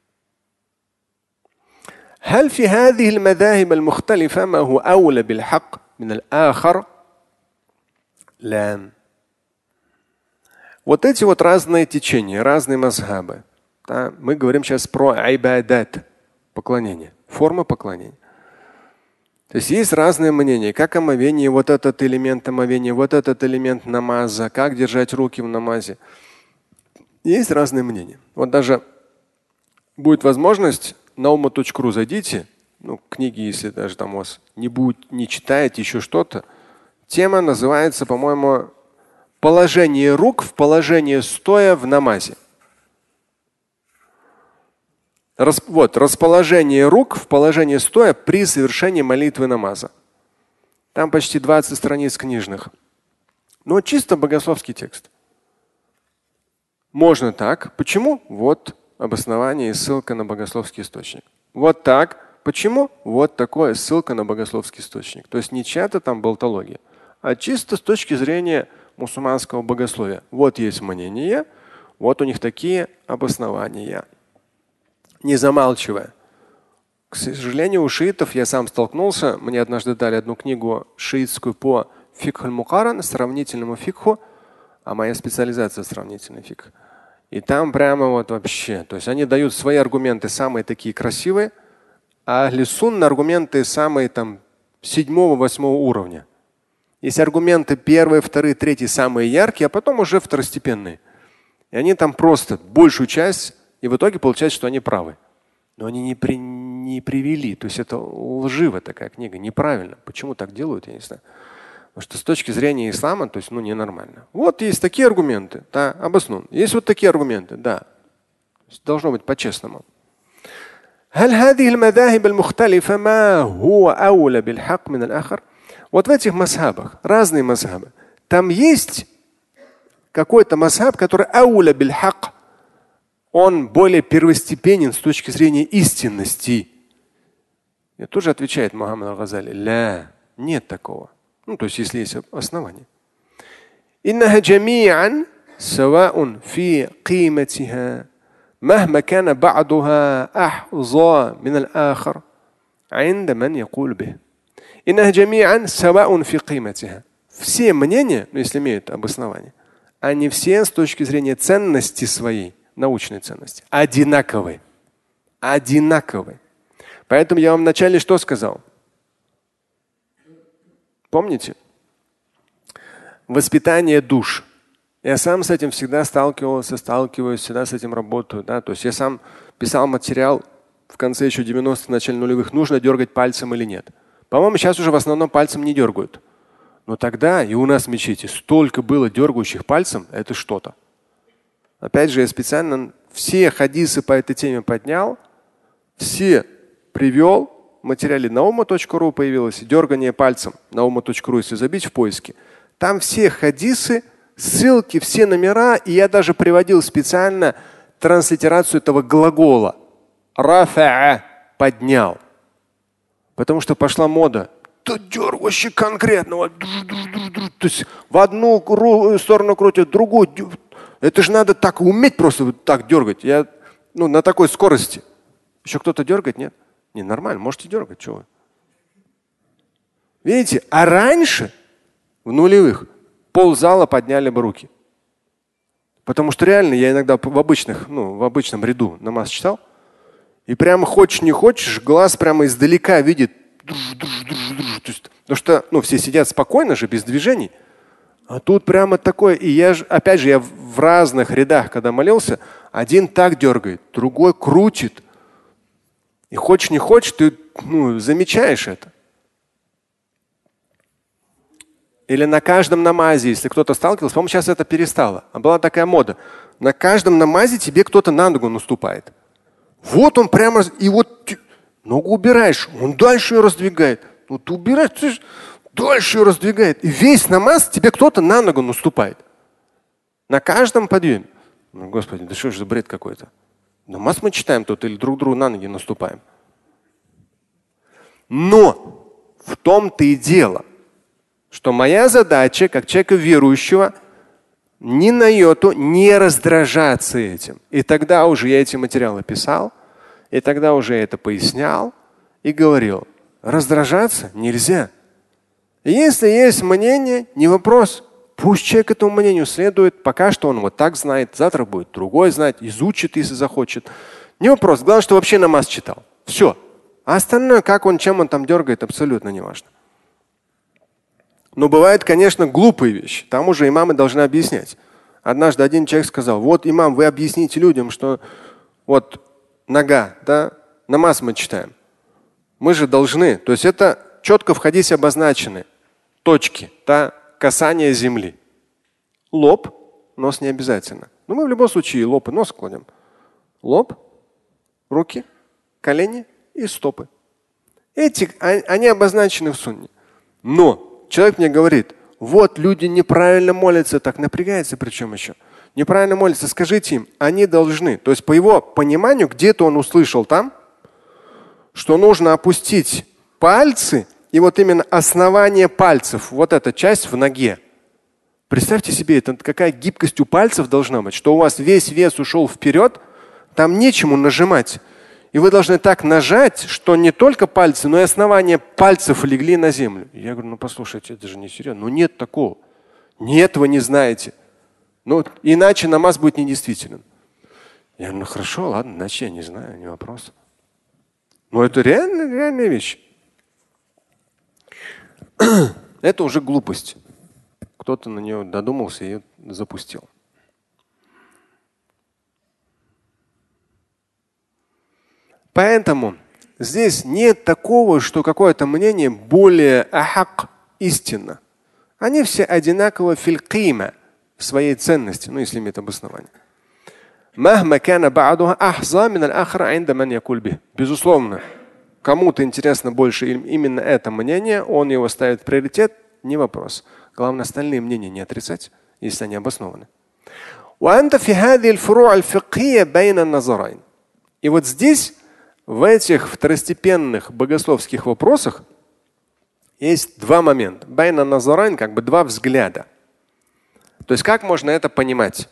هل في هذه المذاهب المختلفة ما هو أولى بالحق من الآخر؟ لا. Вот эти вот разные течения, разные мазхабы. Да, мы говорим сейчас про айбадат, поклонение, форма поклонения. То есть есть разные мнения, как омовение, вот этот элемент омовения, вот этот элемент намаза, как держать руки в намазе. Есть разные мнения. Вот даже будет возможность, на umma.ru зайдите, ну, книги, если даже там у вас не читаете еще что-то. Тема называется, по-моему, положение рук в положение стоя в намазе. Расположение рук в положении стоя при совершении молитвы намаза. Там почти 20 страниц книжных. Но чисто богословский текст. Можно так. Почему? Вот обоснование и ссылка на богословский источник. Вот так. Почему? Вот такое ссылка на богословский источник. То есть не чья-то там болтология, а чисто с точки зрения мусульманского богословия. Вот есть мнение, вот у них такие обоснования. Не замалчивая. К сожалению, у шиитов я сам столкнулся. Мне однажды дали одну книгу шиитскую по фикх аль-мукаран, сравнительному фикху, а моя специализация сравнительный фикх. И там прямо вот вообще, то есть они дают свои аргументы самые такие красивые, а ахли сунна аргументы самые там 7-8 уровня. Есть аргументы 1, 2, 3 самые яркие, а потом уже второстепенные. И они там просто большую часть, и в итоге получается, что они правы. Но они не привели. То есть это лживая такая книга, неправильно. Почему так делают, я не знаю. Потому что с точки зрения ислама, то есть ненормально. Вот есть такие аргументы, да, обоснованно. Есть вот такие аргументы, да. Должно быть по-честному. Вот в этих мазхабах, разные мазхабы, там есть какой-то мазхаб, который ауля биль хак, он более первостепенен с точки зрения истинности. И тоже отвечает Мухаммад аль-Газали: ля, нет такого. Ну, то есть, если есть основания. إنها جميعا سواء في قيمتها مهما كان بعضها أحظى من الآخر عند من يقول به. Все мнения, ну, если имеют обоснование, они все с точки зрения ценности своей, научной ценности, одинаковые. Одинаковые. Поэтому я вам вначале что сказал? Помните? Воспитание душ. Я сам с этим всегда сталкиваюсь, всегда с этим работаю. Да? То есть я сам писал материал в конце еще 90-х, начале нулевых, нужно дергать пальцем или нет. По-моему, сейчас уже в основном пальцем не дергают. Но тогда и у нас в мечети столько было дергающих пальцем, это что-то. Опять же, я специально все хадисы по этой теме поднял, все привел. В материале nauma.ru появилось дергание пальцем. nauma.ru, если забить в поиске. Там все хадисы, ссылки, все номера. И я даже приводил специально транслитерацию этого глагола. Рафа'a – поднял. Потому что пошла мода. Да дергающий конкретно. Вот, то есть в одну сторону крутят, в другую. Это же надо так уметь просто вот так дергать. Я на такой скорости. Еще кто-то дергает, нет? Не, нормально, можете дергать, чего вы. Видите, а раньше, в нулевых, ползала подняли бы руки. Потому что реально я иногда в обычном ряду намаз читал, и прямо хочешь не хочешь, глаз прямо издалека видит. Потому что все сидят спокойно же, без движений. А тут прямо такое. И я в разных рядах, когда молился, один так дергает, другой крутит. И хочешь не хочешь, ты замечаешь это. Или на каждом намазе, если кто-то сталкивался, по-моему, сейчас это перестало. А была такая мода. На каждом намазе тебе кто-то на ногу наступает. Вот он прямо, и вот ногу убираешь, он дальше ее раздвигает. Вот ты убираешь, ты дальше ее раздвигает. И весь намаз тебе кто-то на ногу наступает. На каждом подъеме. Господи, да что ж за бред какой-то. Намаз мы читаем тут или друг другу на ноги наступаем. Но в том-то и дело, что моя задача, как человека верующего, ни на йоту не раздражаться этим. И тогда уже я эти материалы писал, и тогда уже я это пояснял и говорил, раздражаться нельзя. И если есть мнение, не вопрос. Пусть человек этому мнению следует, пока что он вот так знает, завтра будет другой знать, изучит, если захочет. Не вопрос. Главное, что вообще намаз читал. Все. А остальное, чем он там дергает, абсолютно не важно. Но бывают, конечно, глупые вещи. Там уже имамы должны объяснять. Однажды один человек сказал, вот имам, вы объясните людям, что вот нога, да, намаз мы читаем. Мы же должны, то есть это четко в хадисе обозначены точки, да, касание земли. Лоб, нос не обязательно. Но мы в любом случае лоб и нос кладем. Лоб, руки, колени и стопы. Они обозначены в сунне. Но человек мне говорит, вот люди неправильно молятся, так напрягается, причем еще. Неправильно молятся, скажите им, они должны. То есть по его пониманию, где-то он услышал там, что нужно опустить пальцы, и вот именно основание пальцев, вот эта часть в ноге. Представьте себе, это какая гибкость у пальцев должна быть, что у вас весь вес ушел вперед, там нечему нажимать. И вы должны так нажать, что не только пальцы, но и основание пальцев легли на землю. Я говорю, послушайте, это же не серьезно. Нет такого. Нет, вы не знаете. Иначе намаз будет недействителен. Я говорю, хорошо, ладно, иначе я не знаю, не вопрос. Но это реальная вещь. Это уже глупость. Кто-то на нее додумался и ее запустил. Поэтому здесь нет такого, что какое-то мнение более ахак, истинно. Они все одинаково филь-кима в своей ценности, если имеет обоснование. Безусловно, кому-то интересно больше именно это мнение, он его ставит в приоритет, не вопрос. Главное, остальные мнения не отрицать, если они обоснованы. И вот здесь, в этих второстепенных богословских вопросах, есть два момента. Байна назарайн, два взгляда. То есть как можно это понимать?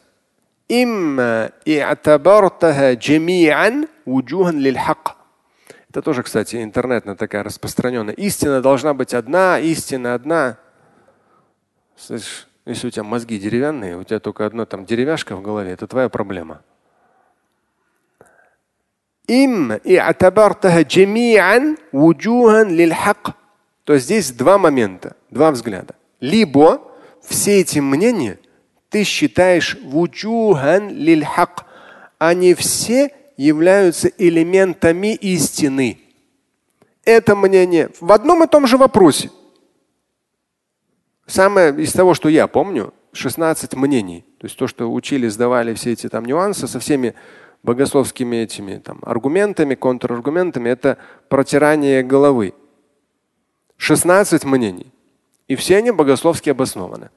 Это тоже, кстати, интернетная такая распространенная. Истина должна быть одна, истина одна. Слышишь, если у тебя мозги деревянные, у тебя только одна там деревяшка в голове, это твоя проблема. То есть здесь два момента, два взгляда. Либо все эти мнения ты считаешь вуджухан лиль хак, они все являются элементами истины. Это мнение в одном и том же вопросе. Самое из того, что я помню, 16 мнений. То есть то, что учили, сдавали все эти там нюансы со всеми богословскими этими там аргументами, контраргументами, это протирание головы. 16 мнений. И все они богословски обоснованы.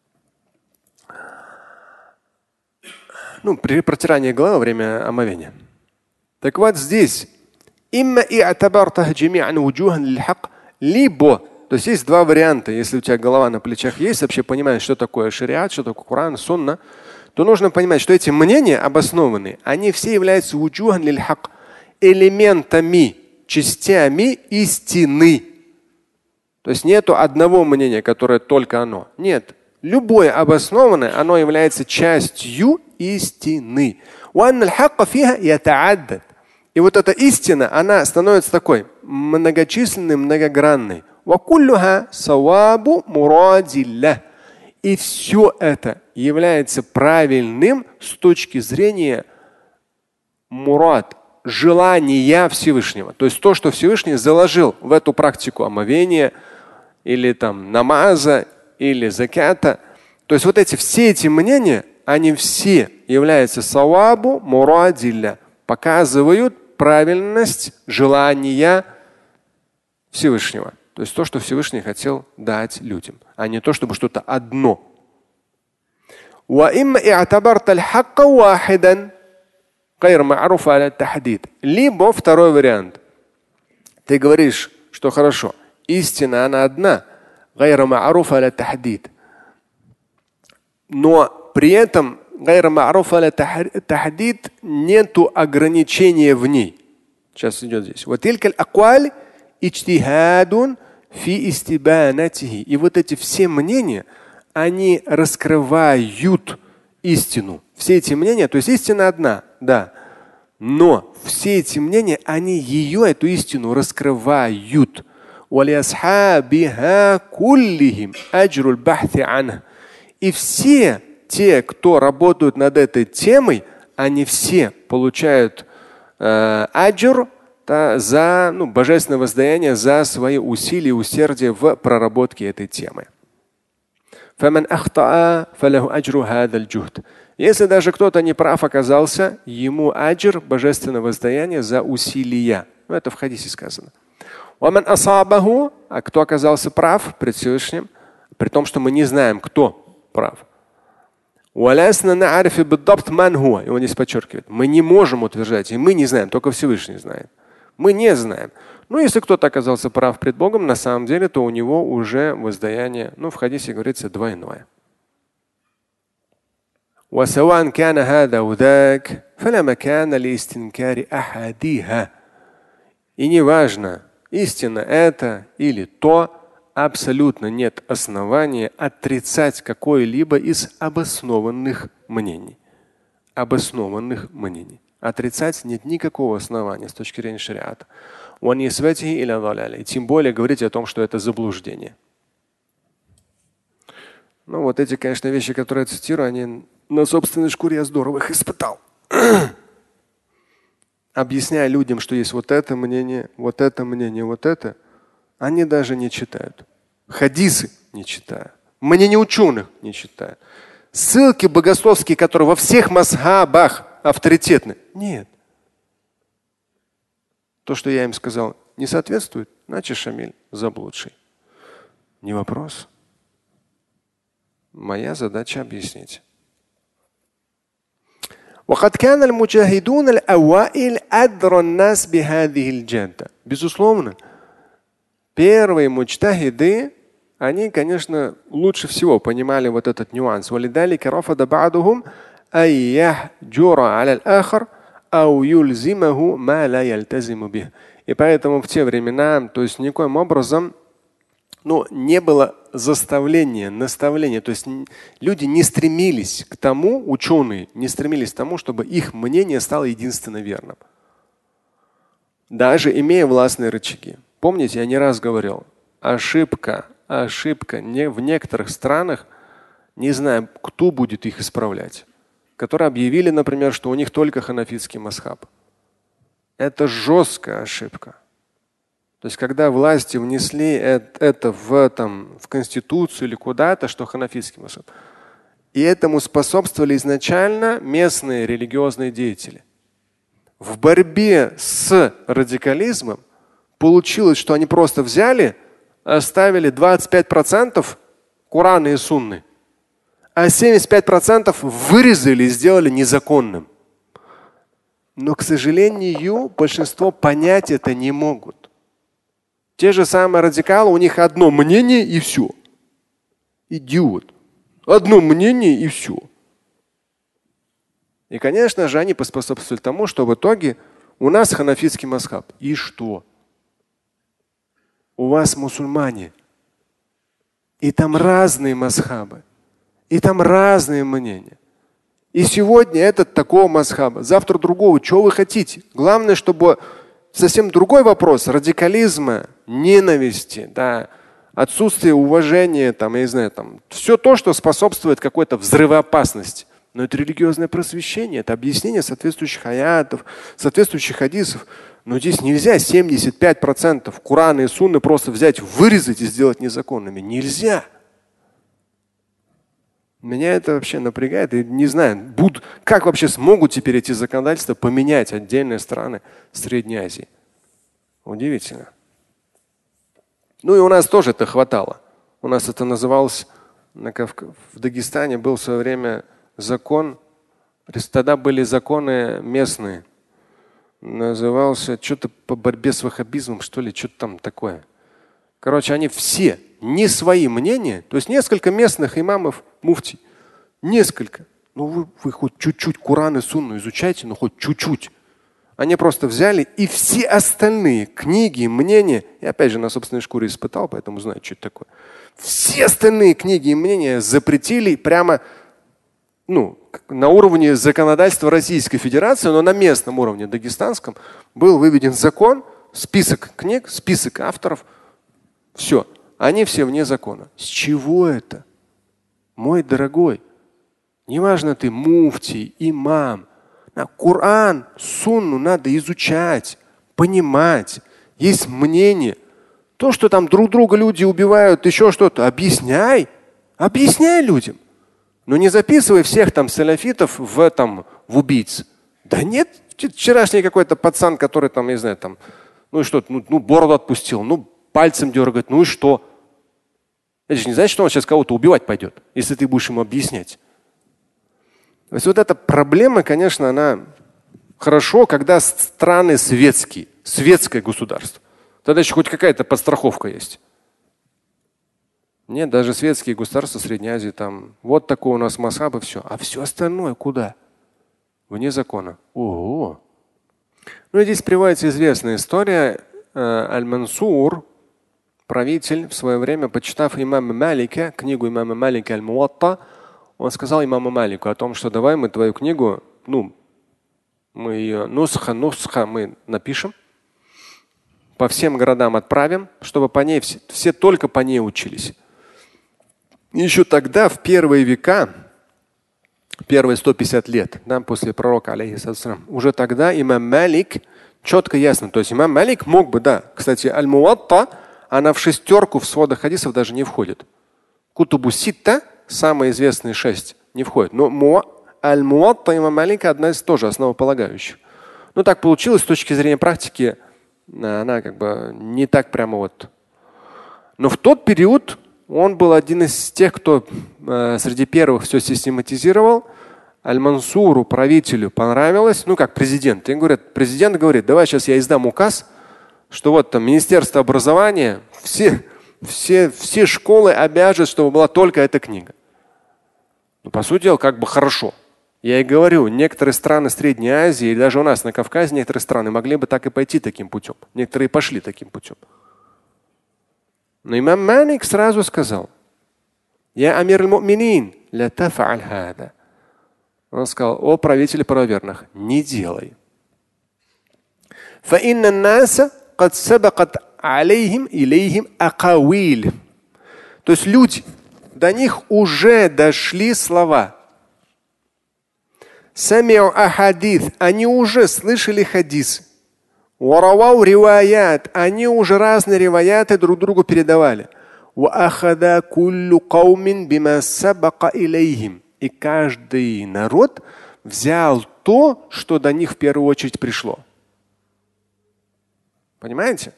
При протирании головы во время омовения. Так вот здесь либо, то есть есть два варианта. Если у тебя голова на плечах есть, вообще понимаешь, что такое шариат, что такое Коран, сунна, то нужно понимать, что эти мнения обоснованы. Они все являются вуджухан лиль хак, элементами, частями истины. То есть нету одного мнения, которое только оно. Нет. Любое обоснованное, оно является частью истины. И вот эта истина, она становится такой многочисленной, многогранной. И все это является правильным с точки зрения мурад, желания Всевышнего. То есть то, что Всевышний заложил в эту практику омовения или там намаза или закята. То есть вот все эти мнения, они все являются савабу мурадилля, показывают правильность желания Всевышнего. То есть то, что Всевышний хотел дать людям, а не то, чтобы что-то одно. Либо второй вариант. Ты говоришь, что хорошо, истина она одна, но при этом нету ограничения в ней. Сейчас идет здесь. И вот эти все мнения, они раскрывают истину. Все эти мнения, то есть истина одна, да. Но все эти мнения, они ее, эту истину, раскрывают. И все те, кто работают над этой темой, они все получают аджр за божественное воздаяние за свои усилия и усердие в проработке этой темы. Если даже кто-то неправ оказался, ему аджр божественное воздаяние за усилия. Это в хадисе сказано. А кто оказался прав пред Всевышним, при том, что мы не знаем, кто прав. И он здесь подчеркивает, мы не можем утверждать, и мы не знаем, только Всевышний знает. Мы не знаем. Но если кто-то оказался прав пред Богом, на самом деле, то у него уже воздаяние, в хадисе говорится, двойное. И неважно, истина это или то, абсолютно нет основания отрицать какое-либо из обоснованных мнений. Обоснованных мнений. Отрицать нет никакого основания с точки зрения шариата. И тем более говорить о том, что это заблуждение. Вот эти, конечно, вещи, которые я цитирую, они на собственной шкуре я здорово их испытал. Объясняя людям, что есть вот это мнение, вот это мнение, вот это, они даже не читают. Хадисы не читают. Мнения ученых не читают. Ссылки богословские, которые во всех мазхабах авторитетны. Нет. То, что я им сказал, не соответствует, значит, Шамиль заблудший. Не вопрос. Моя задача объяснить. Безусловно, первые муджтахиды, они, конечно, лучше всего понимали вот этот нюанс. И И поэтому в те времена, то есть никоим образом, не было заставления, наставления. То есть люди не стремились к тому, ученые не стремились к тому, чтобы их мнение стало единственно верным. Даже имея властные рычаги. Помните, я не раз говорил, ошибка в некоторых странах, не знаю, кто будет их исправлять, которые объявили, например, что у них только ханафитский мазхаб. Это жесткая ошибка. То есть, когда власти внесли это в Конституцию или куда-то, что ханафитский мазхаб, и этому способствовали изначально местные религиозные деятели. В борьбе с радикализмом получилось, что они просто взяли, оставили 25% Корана и Сунны, а 75% вырезали и сделали незаконным. Но, к сожалению, большинство понять это не могут. Те же самые радикалы, у них одно мнение и все. Идиот. Одно мнение и все. И, конечно же, они поспособствовали тому, что в итоге у нас ханафитский мазхаб. И что? У вас мусульмане. И там разные мазхабы. И там разные мнения. И сегодня этот такого мазхаба, завтра другого. Чего вы хотите? Главное, чтобы совсем другой вопрос радикализма, ненависти, отсутствие уважения, я не знаю, все то, что способствует какой-то взрывоопасности. Но это религиозное просвещение, это объяснение соответствующих аятов, соответствующих хадисов. Но здесь нельзя 75% Корана и Сунны просто взять, вырезать и сделать незаконными. Нельзя. Меня это вообще напрягает. И не знаю, как вообще смогут теперь эти законодательства поменять отдельные страны Средней Азии. Удивительно. И у нас тоже это хватало. У нас это называлось, в Дагестане был в свое время закон, тогда были законы местные. Назывался что-то по борьбе с ваххабизмом, что ли, что-то там такое. Короче, они все не свои мнения, то есть несколько местных имамов, муфтий, несколько. Вы хоть чуть-чуть Коран и Сунну изучайте, хоть чуть-чуть. Они просто взяли и все остальные книги, мнения, и опять же на собственной шкуре испытал, поэтому знаю, что это такое. Все остальные книги и мнения запретили прямо на уровне законодательства Российской Федерации, но на местном уровне, дагестанском, был выведен закон, список книг, список авторов. Все. Они все вне закона. С чего это? Мой дорогой, неважно ты муфтий, имам, Коран, Сунну надо изучать, понимать. Есть мнение. То, что там друг друга люди убивают, еще что-то, объясняй. Объясняй людям. Но не записывай всех там салафитов в убийц. Да нет, вчерашний какой-то пацан, который не знаю, бороду отпустил, пальцем дергает, и что? Это же не значит, что он сейчас кого-то убивать пойдет, если ты будешь ему объяснять. То есть эта проблема, конечно, она хорошо, когда страны светские, светское государство. Тогда еще хоть какая-то подстраховка есть. Нет, даже светские государства Средней Азии, вот такой у нас мазхаб и все. А все остальное куда? Вне закона. Ого. И здесь приводится известная история. Аль-Мансур, правитель, в свое время, почитав имама Малика, книгу имама Малика Аль-Муатта, он сказал имаму Малику о том, что давай мы твою книгу, мы ее нусха мы напишем, по всем городам отправим, чтобы по ней все только по ней учились. И еще тогда, в первые века, первые 150 лет, после пророка, алейхиссалям, уже тогда имам Малик четко ясно. То есть имам Малик мог бы, кстати, Аль-Муатта, она в шестерку в сводах хадисов даже не входит. Кутубу Ситта, самые известные 6, не входит. Но Аль-Муатта имам Малика одна из тоже основополагающих. Так получилось с точки зрения практики, она не так прямо вот. Но в тот период он был один из тех, кто среди первых все систематизировал. Аль-Мансуру, правителю, понравилось, как президент. Президент говорит, давай сейчас я издам указ, что Министерство образования, все школы обяжут, чтобы была только эта книга. По сути дела, хорошо. Я и говорю, некоторые страны Средней Азии, и даже у нас на Кавказе некоторые страны могли бы так и пойти таким путем. Некоторые пошли таким путем. Но имам Малик сразу сказал: «Я амир аль-му'минин, ля таф'аль хада». Он сказал: «О правитель правоверных, не делай. فإن الناس قد سبقت عليهم إليهم أقاويل». То есть люди, до них уже дошли слова. Сами'у ахадith, они уже слышали хадисы. Варавау риваят, они уже разные риваяты друг другу передавали. Ваахада куллю каумин бима сабака илейхим. И каждый народ взял то, что до них в первую очередь пришло. Понимаете?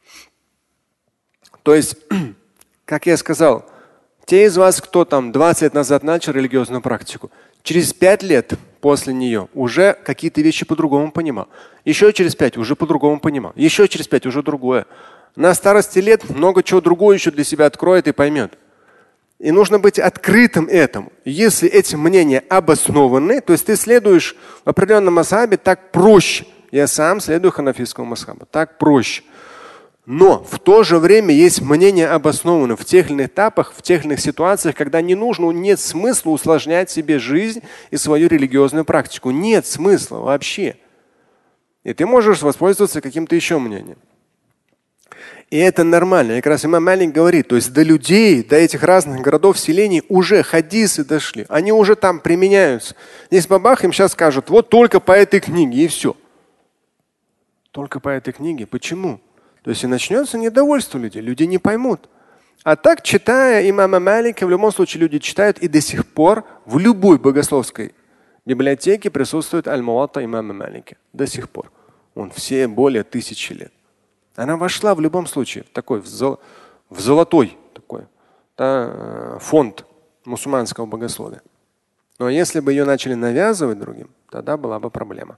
То есть, как я сказал, те из вас, кто там 20 лет назад начал религиозную практику, через 5 лет после нее уже какие-то вещи по-другому понимал. Еще через 5 уже по-другому понимал. Еще через 5 уже другое. На старости лет много чего другого еще для себя откроет и поймет. И нужно быть открытым этому. Если эти мнения обоснованы, то есть ты следуешь в определенном масхабе, так проще. Я сам следую ханафитскому масхабу. Так проще. Но в то же время есть мнения обоснованные в тех или иных этапах, в тех или иных ситуациях, когда не нужно, нет смысла усложнять себе жизнь и свою религиозную практику. Нет смысла вообще. И ты можешь воспользоваться каким-то еще мнением. И это нормально. И как раз имам Малик говорит, то есть до людей, до этих разных городов, селений уже хадисы дошли. Они уже там применяются. Здесь бабах им сейчас скажут, вот только по этой книге и все. Только по этой книге. Почему? То есть и начнется недовольство людей. Люди не поймут. А так, читая имама Малика, в любом случае люди читают, и до сих пор в любой богословской библиотеке присутствует аль-Муатта имама Малика. До сих пор. Он все более 1000 лет. Она вошла в любом случае в такой, в золотой такой, да, фонд мусульманского богословия. Но если бы ее начали навязывать другим, тогда была бы проблема.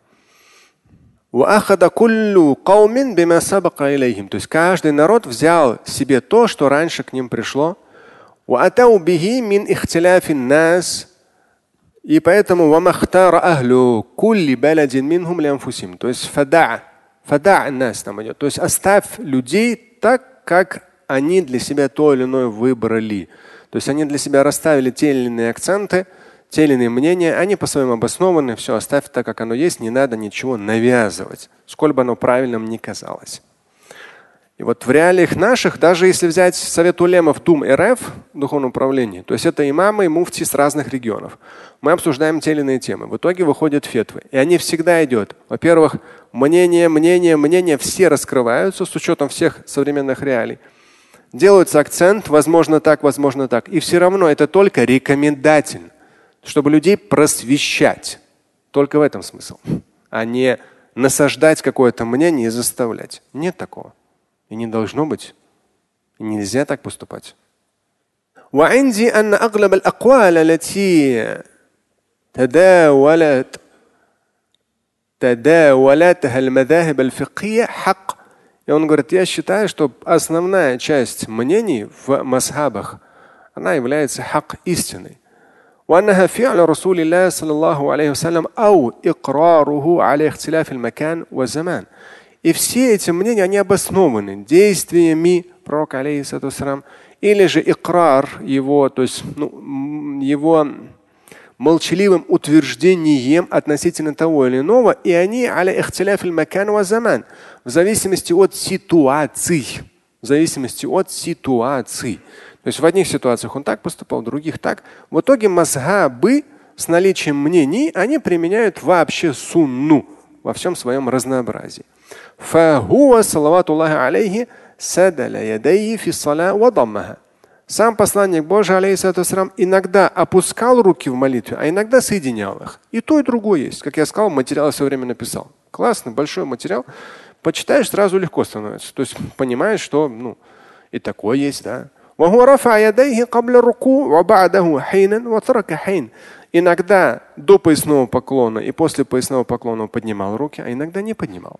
То есть каждый народ взял себе то, что раньше к ним пришло. И поэтому то есть нас там идет. То есть оставь людей так, как они для себя то или иное выбрали. То есть они для себя расставили те или иные акценты, те или иные мнения, они по-своему обоснованы, все оставь так, как оно есть, не надо ничего навязывать, сколь бы оно правильным ни казалось. И вот в реалиях наших, даже если взять Совет улемов Дум РФ, духовное управление, то есть это имамы и муфти с разных регионов, мы обсуждаем те или иные темы. В итоге выходят фетвы. И они всегда идут. Во-первых, мнения все раскрываются с учетом всех современных реалий. Делается акцент, возможно так. И все равно это только рекомендательно, чтобы людей просвещать. Только в этом смысл. А не насаждать какое-то мнение и заставлять. Нет такого. И не должно быть. И нельзя так поступать. وعندي أن أغلب الأقوال التي تداولتها المذاهب الفقهية حق. И он говорит, я считаю, что основная часть мнений в масхабах, она является хак истиной. وأنها فعل رسول الله صلى الله عليه وسلم أو إقراره على اختلاف المكان والزمان. И все эти мнения, они обоснованы действиями пророка алейхиссалату вассалям, или же икрар его, то есть его молчаливым утверждением относительно того или иного, и они аля ихтиляф аль-макан ва заман, в зависимости от ситуаций. В зависимости от ситуаций. То есть в одних ситуациях он так поступал, в других так. В итоге мазхабы с наличием мнений, они применяют вообще сунну во всем своем разнообразии. Сам посланник Божий, алейхиссалям, иногда опускал руки в молитве, а иногда соединял их. И то, и другое есть. Как я сказал, материал все время написал. Классный, большой материал. Почитаешь, сразу легко становится. То есть понимаешь, что и такое есть, да. Иногда до поясного поклона и после поясного поклона поднимал руки, а иногда не поднимал.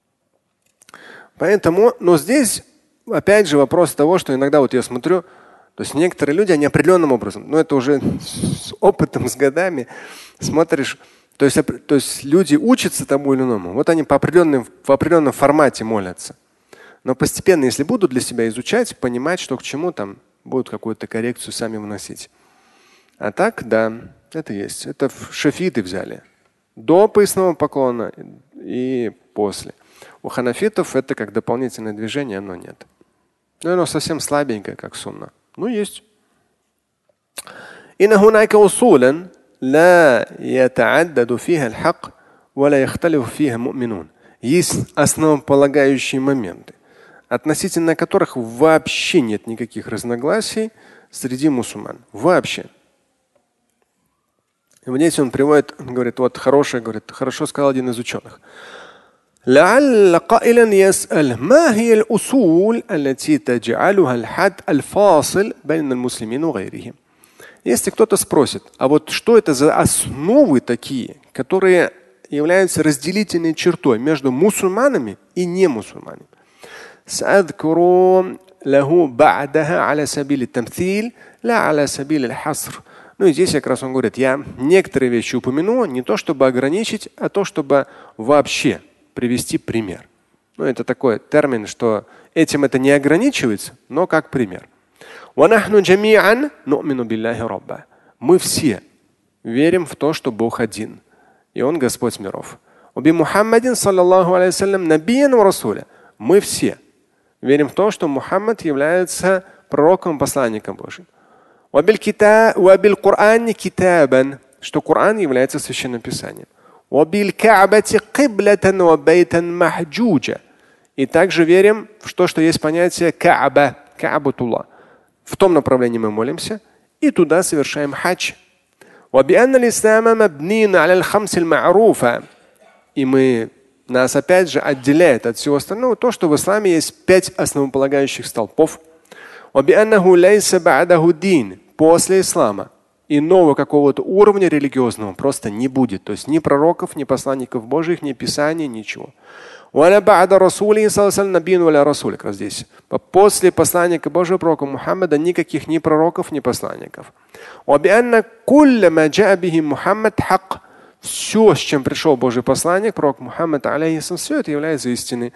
Поэтому, но здесь опять же вопрос того, что иногда вот я смотрю, То есть некоторые люди, они определенным образом, но это уже с опытом, с годами смотришь, то есть люди учатся тому или иному, вот они в определенном формате молятся. Но постепенно, если будут для себя изучать, понимать, что к чему, там будут какую-то коррекцию сами вносить. А так, да, это есть. Это шафиты взяли. До поясного поклона и после. У ханафитов это как дополнительное движение, но нет. Но оно совсем слабенькое, как сунна. Ну, есть. إن هناك أصولا لا يتعدد فيها الحق ولا يختلف فيها مؤمنون. Есть основополагающие моменты, относительно которых вообще нет никаких разногласий среди мусульман. Вообще. И здесь он приводит, говорит, вот хорошо сказал один из ученых. لعل قائلا يسأل ما هي الأصول التي تجعلها الحد الفاصل بين المسلمين وغيرهم. Если кто-то спросит, а вот что это за основы такие, которые являются разделительной чертой между мусульманами и немусульманами? سأذكر له بعدها على سبيل التمثيل لا على سبيل الحصر. Ну и здесь как раз он говорит, я некоторые вещи упомяну, не то чтобы ограничить, а то чтобы вообще привести пример. Ну, это такой термин, что этим это не ограничивается, но как пример. Мы все верим в то, что Бог один, и Он Господь миров. Мы все верим в то, что Мухаммад является пророком, посланником Божьим. Что Коран является священным писанием. И также верим в то, что есть понятие Кааба, Каабатуллах. В том направлении мы молимся и туда совершаем хадж. И нас опять же отделяет от всего остального то, что в исламе есть 5 основополагающих столпов. После ислама иного какого-то уровня религиозного просто не будет. То есть ни пророков, ни посланников Божьих, ни писаний, ничего. Как раз здесь. После посланника Божьего пророка Мухаммада никаких ни пророков, ни посланников. Все, с чем пришел Божий посланник, пророк Мухаммад, все это является истиной.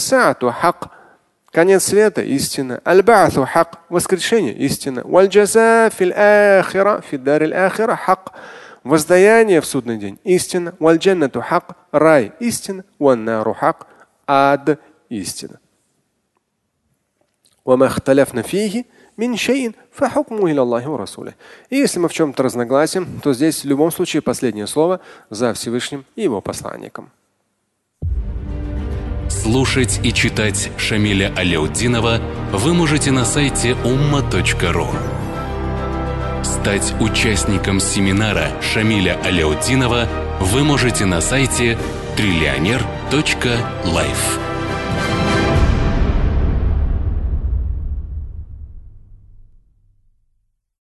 Конец света – истина. Аль-ба'ату хак – воскрешение – истина. Валь-джаза фил ахира, фи дариль ахира – хак. Воздаяние в судный день – истина. Валь-джаннату хак – рай – истина. Валь-нару хак – ад – истина. Вама ихталяфна фихи мин шейин фа хукму иля Аллахи ва расулих. И если мы в чем-то разногласим, то здесь в любом случае последнее слово за Всевышним и его посланником. Слушать и читать Шамиля Аляутдинова вы можете на сайте umma.ru. Стать участником семинара Шамиля Аляутдинова вы можете на сайте trillioner.life.